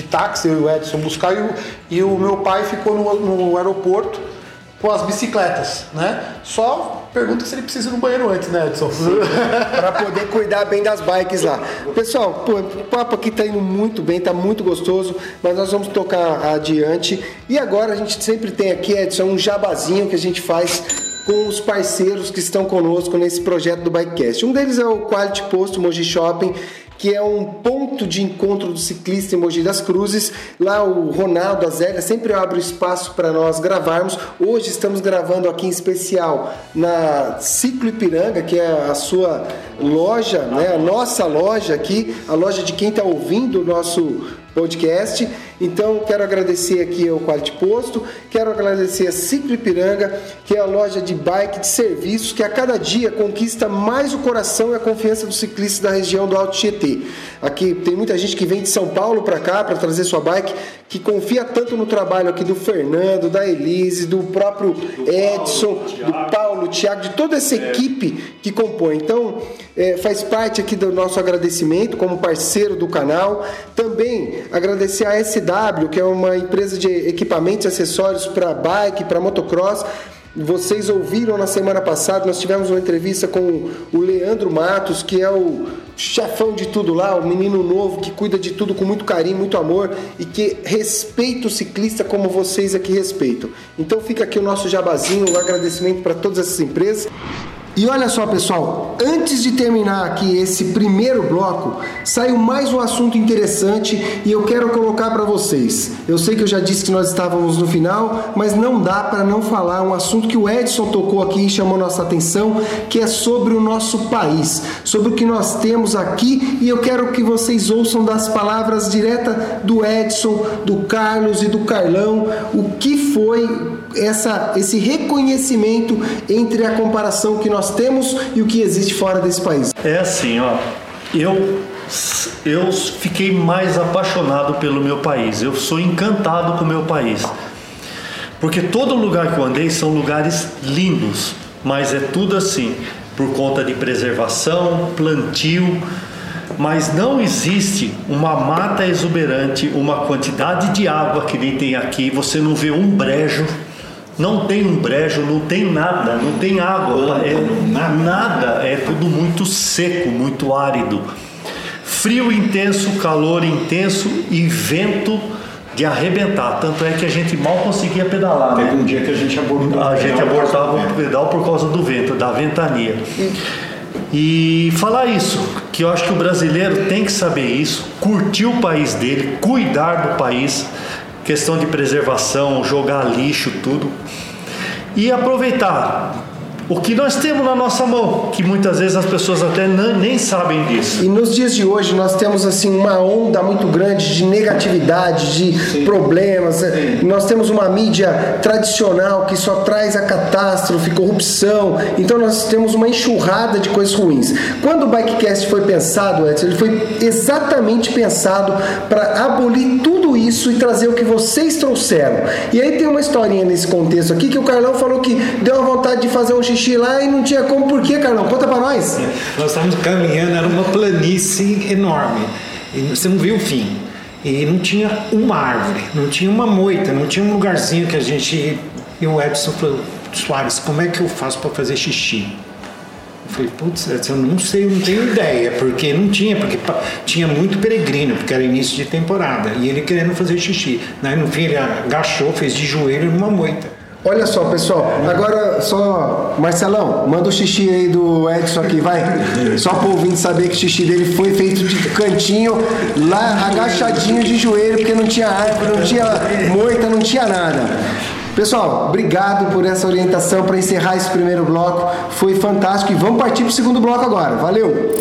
táxi, eu e o Edson buscar, e o meu pai ficou no aeroporto com as bicicletas, né? Só pergunta se ele precisa ir no banheiro antes, né, Edson? Para poder cuidar bem das bikes lá. Pessoal, o papo aqui tá indo muito bem, tá muito gostoso, mas nós vamos tocar adiante. E agora a gente sempre tem aqui, Edson, um jabazinho que a gente faz com os parceiros que estão conosco nesse projeto do Bikecast. Um deles é o Quality Posto Mogi Shopping, que é um ponto de encontro do ciclista em Mogi das Cruzes. Lá o Ronaldo, a Zélia, sempre abre o espaço para nós gravarmos. Hoje estamos gravando aqui em especial na Ciclo Ipiranga, que é a sua loja, né? A nossa loja aqui, a loja de quem está ouvindo o nosso podcast. Então quero agradecer aqui ao Quality Posto, quero agradecer a Ciclo Ipiranga, que é a loja de bike de serviços que a cada dia conquista mais o coração e a confiança dos ciclistas da região do Alto Tietê. Aqui tem muita gente que vem de São Paulo para cá para trazer sua bike, que confia tanto no trabalho aqui do Fernando, da Elise, do próprio Edson, do Paulo, Thiago, de toda essa equipe que compõe. Então faz parte aqui do nosso agradecimento como parceiro do canal. Também agradecer a SW, que é uma empresa de equipamentos e acessórios para bike, para motocross. Vocês ouviram na semana passada, nós tivemos uma entrevista com o Leandro Matos, que é o chefão de tudo lá, o menino novo que cuida de tudo com muito carinho, muito amor e que respeita o ciclista como vocês aqui respeitam. Então fica aqui o nosso jabazinho, um agradecimento para todas essas empresas. E olha só, pessoal, antes de terminar aqui esse primeiro bloco, saiu mais um assunto interessante e eu quero colocar para vocês. Eu sei que eu já disse que nós estávamos no final, mas não dá para não falar um assunto que o Edson tocou aqui e chamou nossa atenção, que é sobre o nosso país, sobre o que nós temos aqui, e eu quero que vocês ouçam das palavras diretas do Edson, do Carlos e do Carlão, o que foi esse reconhecimento entre a comparação que nós temos e o que existe fora desse país. É assim, ó, eu fiquei mais apaixonado pelo meu país, eu sou encantado com o meu país, porque todo lugar que eu andei são lugares lindos, mas é tudo assim, por conta de preservação, plantio, mas não existe uma mata exuberante, uma quantidade de água que nem tem aqui, você não vê um brejo. Não tem um brejo, não tem nada, não tem água, nada, é tudo muito seco, muito árido. Frio intenso, calor intenso e vento de arrebentar. Tanto é que a gente mal conseguia pedalar. Teve um dia que a gente abortava o pedal por causa do vento, da ventania. E falar isso, que eu acho que o brasileiro tem que saber isso, curtir o país dele, cuidar do país, questão de preservação, jogar lixo, tudo, e aproveitar o que nós temos na nossa mão, que muitas vezes as pessoas até nem sabem disso. E nos dias de hoje nós temos assim uma onda muito grande de negatividade, de problemas. Nós temos uma mídia tradicional que só traz a catástrofe, corrupção. Então nós temos uma enxurrada de coisas ruins. Quando o Bikecast foi pensado, Edson, ele foi exatamente pensado para abolir tudo isso e trazer o que vocês trouxeram. E aí tem uma historinha nesse contexto aqui que o Carlão falou que deu a vontade de fazer um xixi lá e não tinha como. Por quê, Carlão? Conta pra nós. Nós estávamos caminhando, era uma planície enorme e você não viu o fim, e não tinha uma árvore, não tinha uma moita, não tinha um lugarzinho que a gente... E o Edson falou: Soares, como é que eu faço para fazer xixi? Eu falei: putz, eu não sei, eu não tenho ideia, porque não tinha, porque tinha muito peregrino, porque era início de temporada, e ele querendo fazer xixi, né? No fim ele agachou, fez de joelho numa moita. Olha só, pessoal, agora só, Marcelão, manda o xixi aí do Edson aqui, vai. Só pro ouvinte saber que o xixi dele foi feito de cantinho, lá agachadinho de joelho, porque não tinha árvore, não tinha moita, não tinha nada. Pessoal, obrigado por essa orientação para encerrar esse primeiro bloco, foi fantástico e vamos partir para o segundo bloco agora, valeu!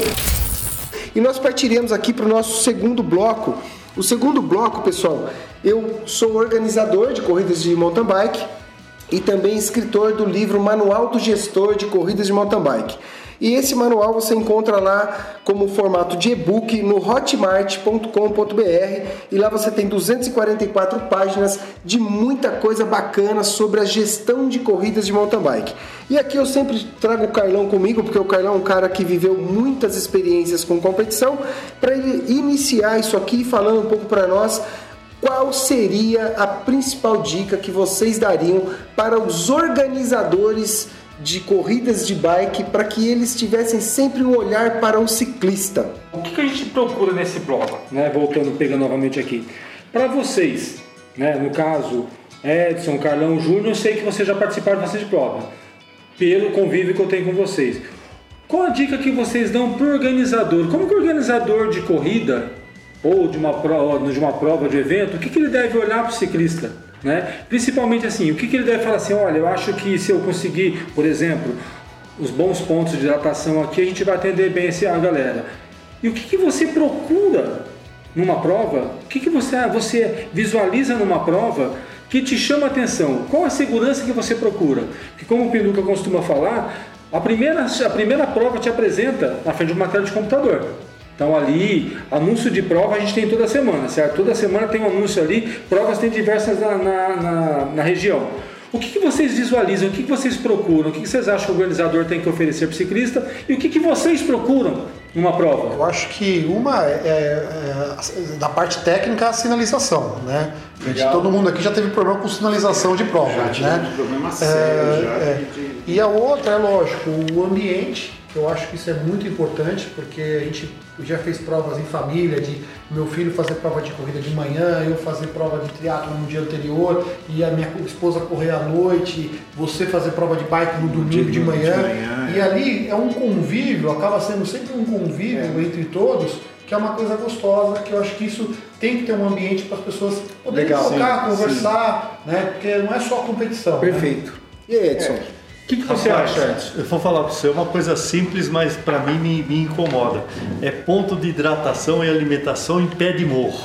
E nós partiremos aqui para o nosso segundo bloco. O segundo bloco, pessoal, eu sou organizador de corridas de mountain bike e também escritor do livro Manual do Gestor de Corridas de Mountain Bike. E esse manual você encontra lá como formato de e-book no hotmart.com.br e lá você tem 244 páginas de muita coisa bacana sobre a gestão de corridas de mountain bike. E aqui eu sempre trago o Carlão comigo, porque o Carlão é um cara que viveu muitas experiências com competição, para ele iniciar isso aqui falando um pouco para nós qual seria a principal dica que vocês dariam para os organizadores de corridas de bike para que eles tivessem sempre um olhar para o ciclista? O que a gente procura nesse prova, né? Voltando, pegando novamente aqui. Para vocês, né? No caso, Edson, Carlão, Júnior, eu sei que vocês já participaram bastante de prova, pelo convívio que eu tenho com vocês. Qual a dica que vocês dão para o organizador? Como que o organizador de corrida ou de uma prova de evento, o que ele deve olhar para o ciclista? Né? Principalmente assim, o que ele deve falar assim, olha, eu acho que se eu conseguir, por exemplo, os bons pontos de hidratação aqui, a gente vai atender bem a galera. E o que você procura numa prova? O que você visualiza numa prova que te chama a atenção? Qual a segurança que você procura? Porque como o Pinduca costuma falar, a primeira prova te apresenta na frente de uma tela de computador. Então ali, anúncio de prova a gente tem toda semana, certo? Toda semana tem um anúncio ali, provas tem diversas na região. O que vocês visualizam, o que vocês procuram, o que vocês acham que o organizador tem que oferecer para o ciclista e o que vocês procuram numa prova? Eu acho que uma da parte técnica, a sinalização, né? Todo mundo aqui já teve problema com sinalização de prova, né? Um problema sério E a outra, é lógico, o ambiente, que eu acho que isso é muito importante, porque a gente já fez provas em família, de meu filho fazer prova de corrida de manhã, eu fazer prova de triatlo no dia anterior, e a minha esposa correr à noite, você fazer prova de bike no domingo de manhã. E ali é um convívio, acaba sendo sempre um convívio entre todos, que é uma coisa gostosa, que eu acho que isso tem que ter um ambiente para as pessoas poderem tocar, conversar, né? Porque não é só a competição. Perfeito. Né? E aí, Edson? O que você acha, Edson? Eu vou falar para você, é uma coisa simples, mas para mim me incomoda. É ponto de hidratação e alimentação em pé de morro.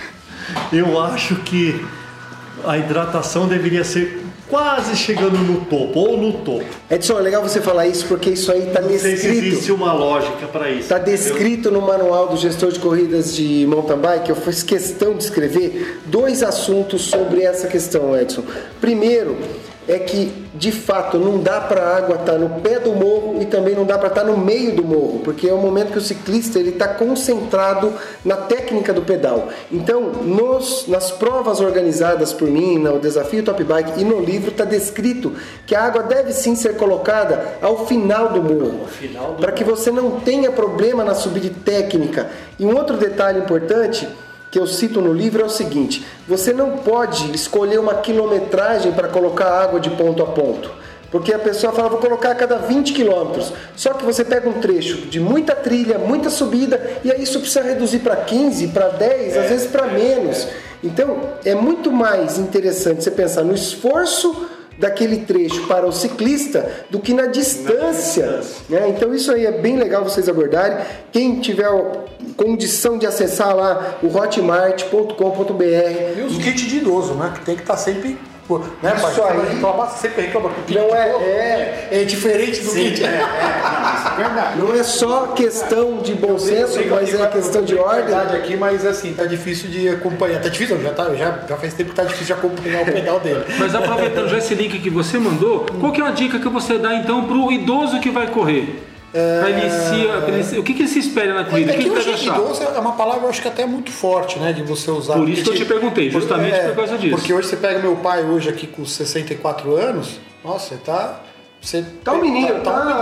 Eu acho que a hidratação deveria ser quase chegando no topo, ou no topo. Edson, é legal você falar isso, porque isso aí está descrito. Não sei se existe uma lógica para isso. Está descrito no manual do gestor de corridas de mountain bike. Eu fiz questão de escrever 2 assuntos sobre essa questão, Edson. Primeiro, é que de fato não dá para a água estar no pé do morro e também não dá para estar no meio do morro, porque é o momento que o ciclista ele está concentrado na técnica do pedal. Então, nas provas organizadas por mim, no Desafio Top Bike e no livro está descrito que a água deve sim ser colocada ao final do morro, para que você não tenha problema na subida técnica. E um outro detalhe importante que eu cito no livro é o seguinte: você não pode escolher uma quilometragem para colocar água de ponto a ponto, porque a pessoa fala, vou colocar a cada 20 quilômetros, só que você pega um trecho de muita trilha, muita subida, e aí isso precisa reduzir para 15, para 10, às vezes para menos. Então é muito mais interessante você pensar no esforço daquele trecho para o ciclista do que na distância, né? Então isso aí é bem legal vocês abordarem. Quem tiver condição de acessar lá o hotmart.com.br. E os kits de idoso, né? Que tem que estar sempre... Né, isso pai? aí Sempre reclama que o kit não é diferente do kit. isso é verdade. Não é só questão de bom senso, mas é questão de ordem. Aqui, mas assim, tá difícil de acompanhar. Tá difícil, já faz tempo que tá difícil de acompanhar o pedal dele. Mas aproveitando já esse link que você mandou, qual que é a dica que você dá então pro idoso que vai correr? O que ele se espera na corrida? O que ele deve achar? Idoso é uma palavra, eu acho que até muito forte, né, de você usar. Por isso que eu te perguntei, justamente por causa disso. Porque hoje você pega meu pai hoje aqui com 64 anos, nossa, tá um menino,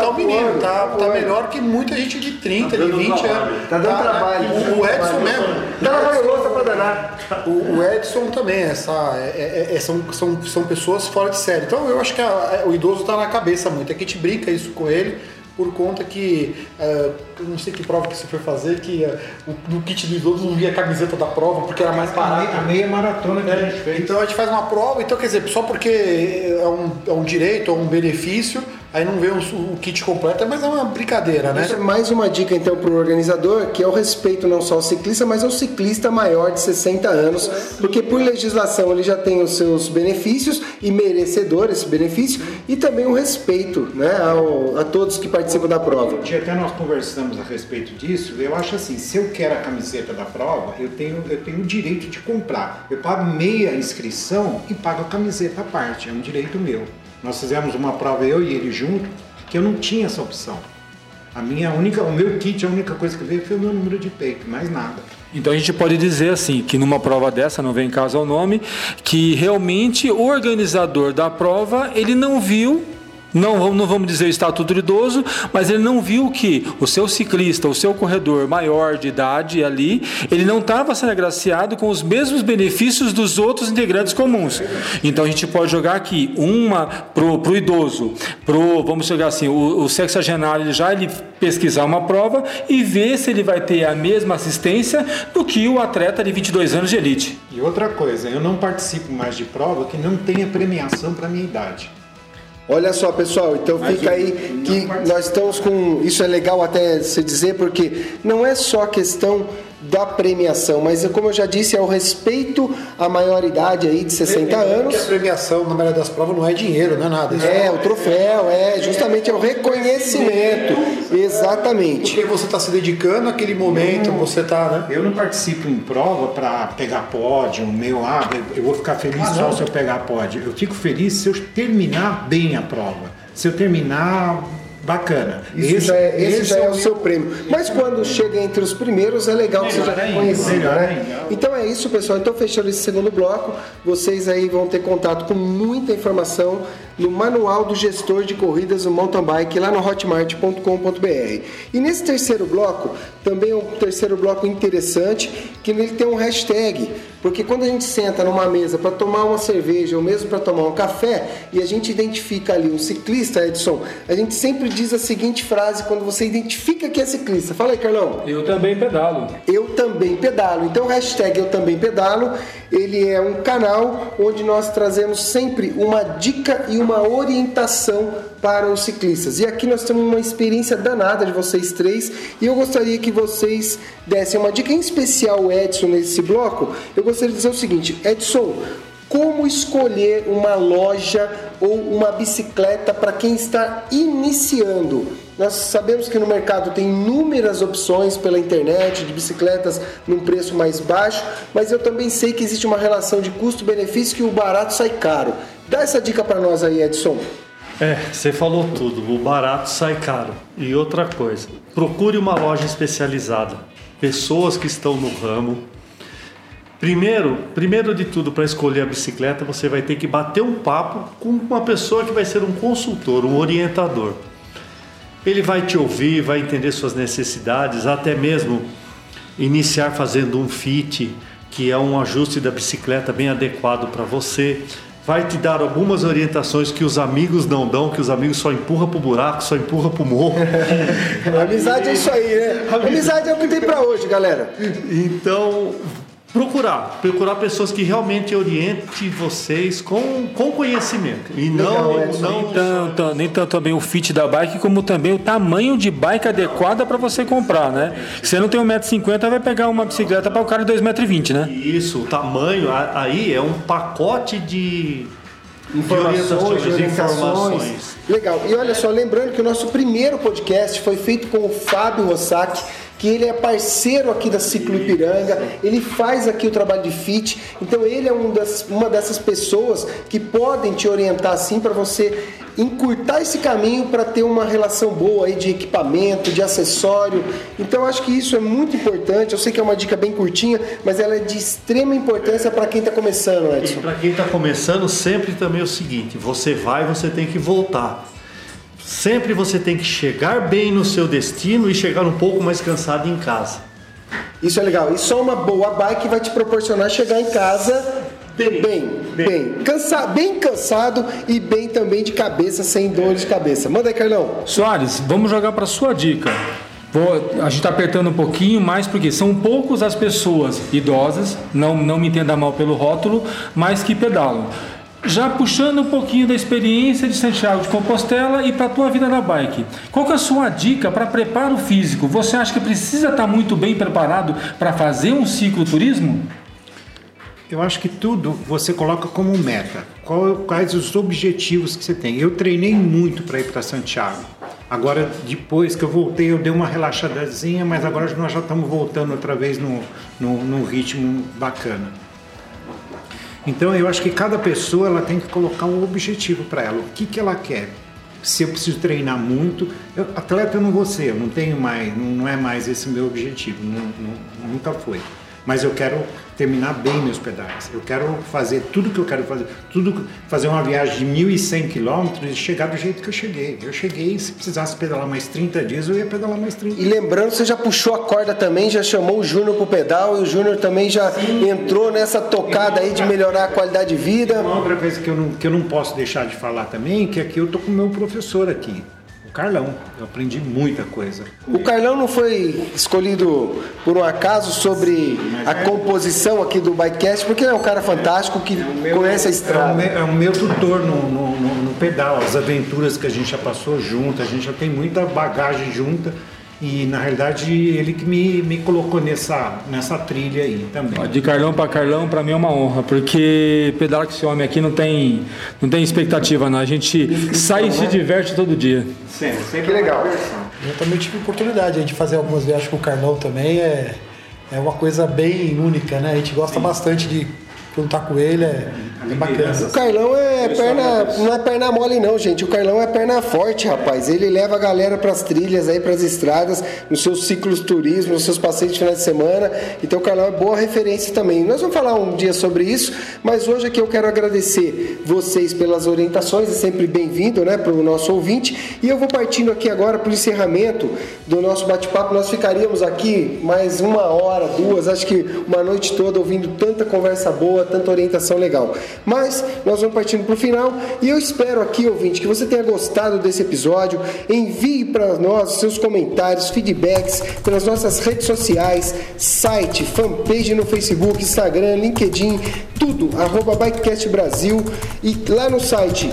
tá melhor que muita gente de 30, de 20 anos. Tá dando trabalho. O Edson mesmo. Tá lavando louça pra danar. O Edson também, são pessoas fora de série. Então eu acho que o idoso tá na cabeça muito. É que a gente brinca isso com ele, por conta que, eu não sei que prova que você foi fazer, que no kit do idoso não via a camiseta da prova, porque era mais barato. A meia maratona que a gente fez. Então a gente faz uma prova, então quer dizer, só porque é um direito ou um benefício, aí não vê o kit completo, mas é uma brincadeira, né? Isso é mais uma dica então para o organizador, que é o respeito não só ao ciclista, mas ao ciclista maior de 60 anos, porque por legislação ele já tem os seus benefícios e merecedor esse benefício, e também o respeito, né, a todos que participam da prova. Até nós conversamos a respeito disso. Eu acho assim, se eu quero a camiseta da prova, eu tenho o direito de comprar. Eu pago meia inscrição e pago a camiseta à parte, é um direito meu. Nós fizemos uma prova, eu e ele junto, que eu não tinha essa opção. O meu kit, a única coisa que veio foi o meu número de peito, mais nada. Então a gente pode dizer assim, que numa prova dessa, não vem em caso ao nome, que realmente o organizador da prova, ele não viu, não vamos dizer o estatuto do idoso, mas ele não viu que o seu ciclista, o seu corredor maior de idade ali, ele não estava sendo agraciado com os mesmos benefícios dos outros integrantes comuns. Então a gente pode jogar aqui uma pro idoso, vamos jogar assim, o sexagenário ele pesquisar uma prova e ver se ele vai ter a mesma assistência do que o atleta de 22 anos de elite. E outra coisa, eu não participo mais de prova que não tenha premiação para minha idade. Olha só, pessoal, então fica aí que nós estamos com... Isso é legal até se dizer, porque não é só questão da premiação, mas como eu já disse, é o respeito à maioridade aí de 60 anos. A premiação, na maioria das provas, não é dinheiro, não é nada. O troféu, justamente é o reconhecimento. Exatamente. Porque você está se dedicando àquele momento, você está, né? Eu não participo em prova para pegar pódio, eu vou ficar feliz só se eu pegar pódio. Eu fico feliz se eu terminar bem a prova. Se eu terminar... Bacana. Esse já é o seu prêmio. Mas quando chega entre os primeiros, é legal que seja reconhecido, né? Então é isso, pessoal. Então, fechando esse segundo bloco, vocês aí vão ter contato com muita informação no Manual do Gestor de Corridas do Mountain Bike, lá no hotmart.com.br. E nesse terceiro bloco, também é um terceiro bloco interessante, que ele tem um hashtag, porque quando a gente senta numa mesa para tomar uma cerveja ou mesmo para tomar um café, e a gente identifica ali um ciclista, Edson, a gente sempre diz a seguinte frase quando você identifica que é ciclista. Fala aí, Carlão. Eu também pedalo. Eu também pedalo. Então o hashtag Eu Também Pedalo, ele é um canal onde nós trazemos sempre uma dica e uma orientação para os ciclistas. E aqui nós temos uma experiência danada de vocês três, e eu gostaria que vocês dessem uma dica em especial, Edson, nesse bloco. Eu gostaria de dizer o seguinte, Edson, como escolher uma loja ou uma bicicleta para quem está iniciando? Nós sabemos que no mercado tem inúmeras opções pela internet de bicicletas num preço mais baixo, mas eu também sei que existe uma relação de custo-benefício que o barato sai caro. Dá essa dica para nós aí, Edson. Você falou tudo, o barato sai caro. E outra coisa, procure uma loja especializada, pessoas que estão no ramo. Primeiro de tudo, para escolher a bicicleta, você vai ter que bater um papo com uma pessoa que vai ser um consultor, um orientador. Ele vai te ouvir, vai entender suas necessidades, até mesmo iniciar fazendo um fit, que é um ajuste da bicicleta bem adequado para você. Vai te dar algumas orientações que os amigos não dão, que os amigos só empurram pro buraco, só empurram pro morro. Amizade é isso aí, né? Amizade é o que tem para hoje, galera. Então, procurar pessoas que realmente orientem vocês com conhecimento. E nem tanto também o fit da bike, como também o tamanho de bike adequada para você comprar, né? Você não tem 1,50 m, vai pegar uma bicicleta para o cara de 2,20 m, né? Isso, o tamanho aí é um pacote de informações. Legal. E olha só, lembrando que o nosso primeiro podcast foi feito com o Fábio Rossac, que ele é parceiro aqui da Ciclo Ipiranga, ele faz aqui o trabalho de fit, então ele é uma dessas pessoas que podem te orientar assim para você encurtar esse caminho para ter uma relação boa aí de equipamento, de acessório. Então acho que isso é muito importante. Eu sei que é uma dica bem curtinha, mas ela é de extrema importância para quem está começando, Edson. E para quem está começando, sempre também é o seguinte, você tem que voltar. Sempre você tem que chegar bem no seu destino e chegar um pouco mais cansado em casa. Isso é legal. E só uma boa bike vai te proporcionar chegar em casa bem cansado e bem também de cabeça, sem dor de cabeça. Manda aí, Carlão. Soares, vamos jogar para sua dica. A gente está apertando um pouquinho mais porque são poucos as pessoas idosas, não me entenda mal pelo rótulo, mas que pedalam. Já puxando um pouquinho da experiência de Santiago de Compostela e para a tua vida na bike, qual que é a sua dica para preparo físico? Você acha que precisa estar muito bem preparado para fazer um cicloturismo? Eu acho que tudo você coloca como meta. Quais os objetivos que você tem? Eu treinei muito para ir para Santiago. Agora, depois que eu voltei, eu dei uma relaxadazinha, mas agora nós já estamos voltando outra vez num ritmo bacana. Então eu acho que cada pessoa ela tem que colocar um objetivo para ela, o que ela quer. Se eu preciso treinar muito, atleta eu não vou ser, eu não tenho mais, não é mais esse meu objetivo, nunca foi. mas eu quero terminar bem meus pedais. Eu quero fazer tudo que eu quero fazer, fazer uma viagem de 1.100 km e chegar do jeito que eu cheguei. Eu cheguei, se precisasse pedalar mais 30 dias, eu ia pedalar mais 30 dias. E lembrando, você já puxou a corda também, já chamou o Júnior pro pedal, e o Júnior também já entrou nessa tocada aí de melhorar a qualidade de vida. Uma outra coisa que eu não posso deixar de falar também, que aqui eu tô com o meu professor aqui. Carlão, eu aprendi muita coisa. O Carlão não foi escolhido por um acaso sobre a composição aqui do Bikecast, porque ele é um cara fantástico que conhece a estrada. É o meu tutor no pedal, as aventuras que a gente já passou junto, a gente já tem muita bagagem junta. E na realidade ele que me colocou nessa trilha aí também. De Carlão para Carlão, para mim é uma honra, porque pedalar com esse homem aqui não tem expectativa, não. A gente sai e se diverte todo dia. Sempre que legal. Eu também tive oportunidade de fazer algumas viagens com o Carlão também, é uma coisa bem única, né? A gente gosta bastante de juntar com ele, é bacana. O Carlão não é perna mole não, gente. O Carlão é perna forte, rapaz. Ele leva a galera pras trilhas aí, pras estradas, nos seus ciclos turismo, nos seus passeios de final de semana. Então o Carlão é boa referência também. Nós vamos falar um dia sobre isso, mas hoje aqui eu quero agradecer vocês pelas orientações, é sempre bem-vindo, né, pro nosso ouvinte. E eu vou partindo aqui agora pro encerramento do nosso bate-papo. Nós ficaríamos aqui mais 1 hora, 2, acho que uma noite toda ouvindo tanta conversa boa, tanta orientação legal. Mas nós vamos partindo para o final e eu espero aqui, ouvinte, que você tenha gostado desse episódio. Envie para nós seus comentários, feedbacks pelas nossas redes sociais, site, fanpage no Facebook, Instagram, LinkedIn, tudo, @Bikecast Brasil, e lá no site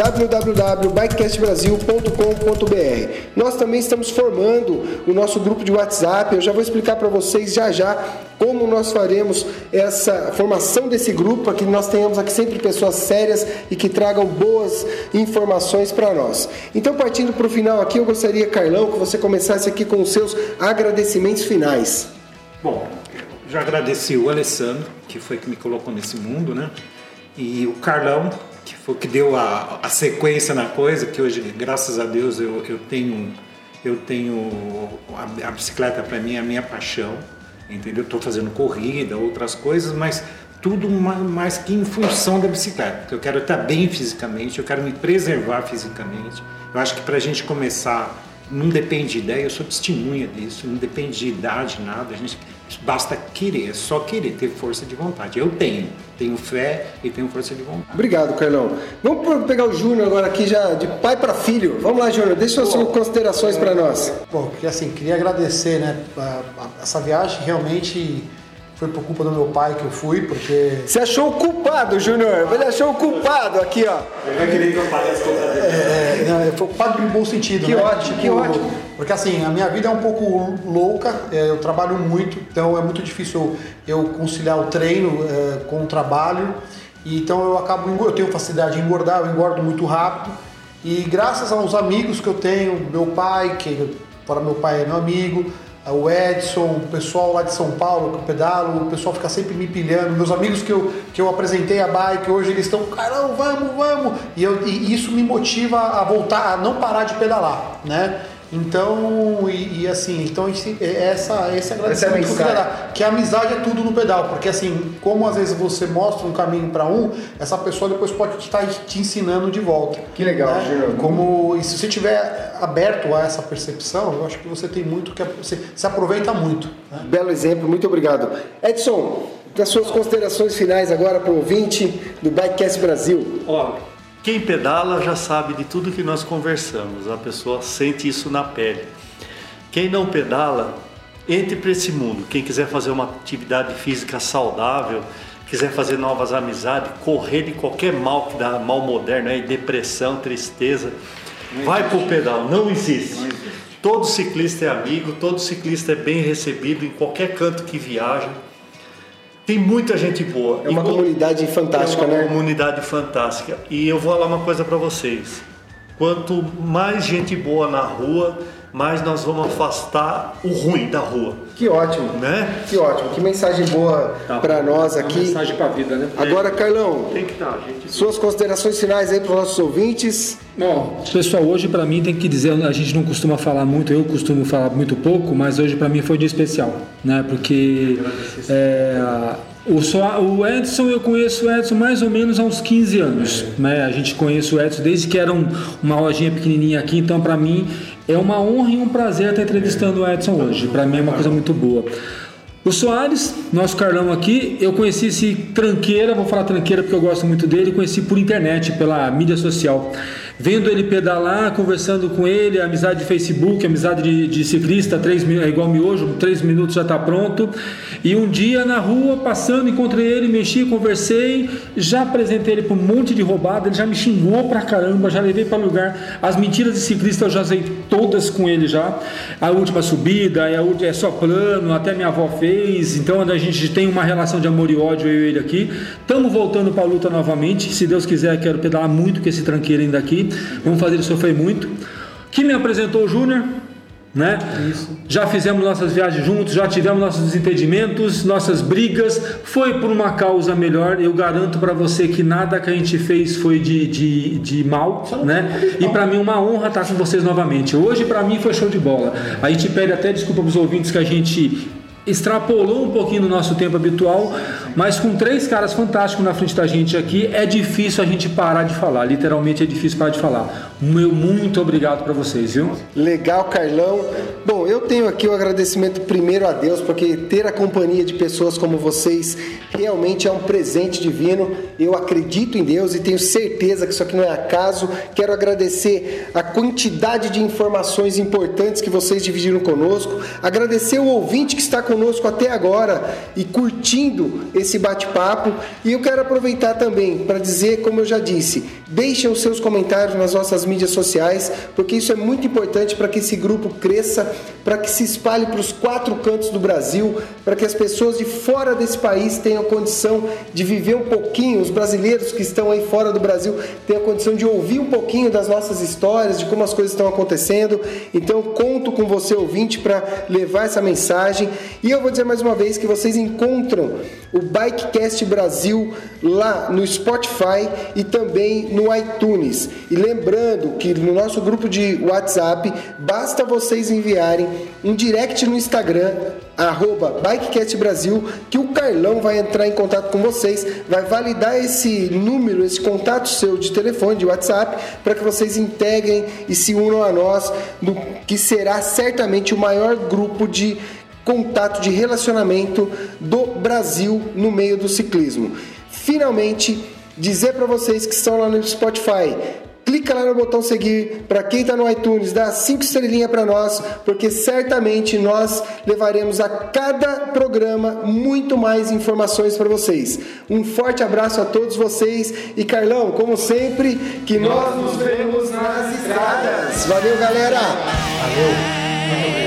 www.bikecastbrasil.com.br. Nós também estamos formando o nosso grupo de WhatsApp. Eu já vou explicar para vocês já como nós faremos essa formação desse grupo, para que nós tenhamos aqui sempre pessoas sérias e que tragam boas informações para nós. Então, partindo para o final aqui, eu gostaria, Carlão, que você começasse aqui com os seus agradecimentos finais. Bom, eu já agradeci o Alessandro, que foi que me colocou nesse mundo, né? E o Carlão, que foi que deu a sequência na coisa, que hoje, graças a Deus, eu tenho a bicicleta, para mim é a minha paixão, entendeu? Estou fazendo corrida, outras coisas, mas tudo mais que em função da bicicleta, porque eu quero estar bem fisicamente, eu quero me preservar fisicamente. Eu acho que para a gente começar, não depende de ideia, eu sou testemunha disso, não depende de idade, nada, a gente basta querer, é só querer, ter força de vontade. Eu tenho fé e tenho força de vontade. Obrigado, Carlão. Vamos pegar o Júnior agora aqui, já de pai para filho. Vamos lá, Júnior, deixa suas considerações para nós. Bom, assim, queria agradecer, né, essa viagem realmente foi por culpa do meu pai que eu fui, porque... Você achou o culpado, Júnior. Ele achou o culpado aqui, ó. Eu vai querer que eu pague as contas dele. Foi culpado no bom sentido, que né? Ótimo, que ótimo. Porque assim, a minha vida é um pouco louca, eu trabalho muito, então é muito difícil eu conciliar o treino com o trabalho. E então eu tenho facilidade de engordar, eu engordo muito rápido. E graças aos amigos que eu tenho, meu pai, que para meu pai é meu amigo, o Edson, o pessoal lá de São Paulo que eu pedalo, o pessoal fica sempre me pilhando, meus amigos que eu apresentei a bike, hoje eles estão, caramba, vamos, e isso me motiva a voltar, a não parar de pedalar, né? Então, então esse agradecimento que eu queria dar, que a amizade é tudo no pedal, porque assim, como às vezes você mostra um caminho para essa pessoa depois pode estar te ensinando de volta. Que legal, né? Júnior. E se você estiver aberto a essa percepção, eu acho que você tem muito, você se aproveita muito. Né? Belo exemplo, muito obrigado. Edson, das suas considerações finais agora para o ouvinte do Bikecast Brasil. Quem pedala já sabe de tudo que nós conversamos, a pessoa sente isso na pele. Quem não pedala, entre para esse mundo. Quem quiser fazer uma atividade física saudável, quiser fazer novas amizades, correr de qualquer mal que dá, mal moderno, depressão, tristeza, vai pro pedal, não existe. Todo ciclista é amigo, todo ciclista é bem recebido em qualquer canto que viaja. Tem muita gente boa. É uma comunidade fantástica, né? É uma comunidade fantástica. E eu vou falar uma coisa para vocês. Quanto mais gente boa na rua, mas nós vamos afastar o ruim da rua. Que ótimo, né? Que ótimo, que mensagem boa para nós aqui. Mensagem para a vida, né? Agora, Carlão, tem que estar, gente. Suas considerações finais aí para os nossos ouvintes. Bom, pessoal, hoje para mim tem que dizer, a gente não costuma falar muito, eu costumo falar muito pouco, mas hoje para mim foi um dia especial, né? Porque o Edson, eu conheço o Edson mais ou menos há uns 15 anos, né? A gente conhece o Edson desde que era uma lojinha pequenininha aqui, então para mim é uma honra e um prazer estar entrevistando o Edson hoje. Para mim é uma coisa muito boa. O Soares, nosso Carlão aqui, eu conheci esse tranqueira, vou falar tranqueira porque eu gosto muito dele, conheci por internet, pela mídia social. Vendo ele pedalar, conversando com ele, amizade de Facebook, amizade de ciclista, é igual miojo, 3 minutos já está pronto. E um dia na rua, passando, encontrei ele, mexi, conversei, já apresentei ele para um monte de roubada, ele já me xingou pra caramba, já levei para lugar. As mentiras de ciclista eu já usei todas com ele já. A última subida, é só plano, até minha avó fez. Então a gente tem uma relação de amor e ódio, eu e ele aqui. Estamos voltando para a luta novamente. Se Deus quiser, quero pedalar muito com esse tranqueiro ainda aqui. Vamos fazer ele sofrer muito. Que me apresentou o Júnior, né? Isso. Já fizemos nossas viagens juntos, já tivemos nossos desentendimentos, nossas brigas. Foi por uma causa melhor. Eu garanto para você que nada que a gente fez foi de mal, né? E para mim uma honra estar com vocês novamente. Hoje para mim foi show de bola. A gente pede até desculpa para os ouvintes que a gente extrapolou um pouquinho no nosso tempo habitual, mas com 3 caras fantásticos na frente da gente aqui, é difícil a gente parar de falar, literalmente é difícil parar de falar. Meu muito obrigado para vocês, viu? Legal, Carlão. Bom, eu tenho aqui o agradecimento primeiro a Deus, porque ter a companhia de pessoas como vocês realmente é um presente divino. Eu acredito em Deus e tenho certeza que isso aqui não é acaso. Quero agradecer a quantidade de informações importantes que vocês dividiram conosco, agradecer o ouvinte que está conosco até agora e curtindo esse bate-papo. E eu quero aproveitar também para dizer, como eu já disse, deixem os seus comentários nas nossas mídias sociais, porque isso é muito importante para que esse grupo cresça, para que se espalhe para os 4 cantos do Brasil, para que as pessoas de fora desse país tenham condição de viver um pouquinho, os brasileiros que estão aí fora do Brasil tenham a condição de ouvir um pouquinho das nossas histórias, de como as coisas estão acontecendo. Então conto com você, ouvinte, para levar essa mensagem. E eu vou dizer mais uma vez que vocês encontram o Bikecast Brasil lá no Spotify e também no iTunes. E lembrando que no nosso grupo de WhatsApp, basta vocês enviarem um direct no Instagram, @BikeCastBrasil, que o Carlão vai entrar em contato com vocês, vai validar esse número, esse contato seu de telefone, de WhatsApp, para que vocês integrem e se unam a nós, no que será certamente o maior grupo de contato, de relacionamento do Brasil no meio do ciclismo. Finalmente, dizer para vocês que estão lá no Spotify, clica lá no botão seguir. Para quem está no iTunes, dá 5 estrelinhas para nós, porque certamente nós levaremos a cada programa muito mais informações para vocês. Um forte abraço a todos vocês e Carlão, como sempre, que nós nos vemos nas estradas. Valeu, galera! Valeu! Muito obrigado.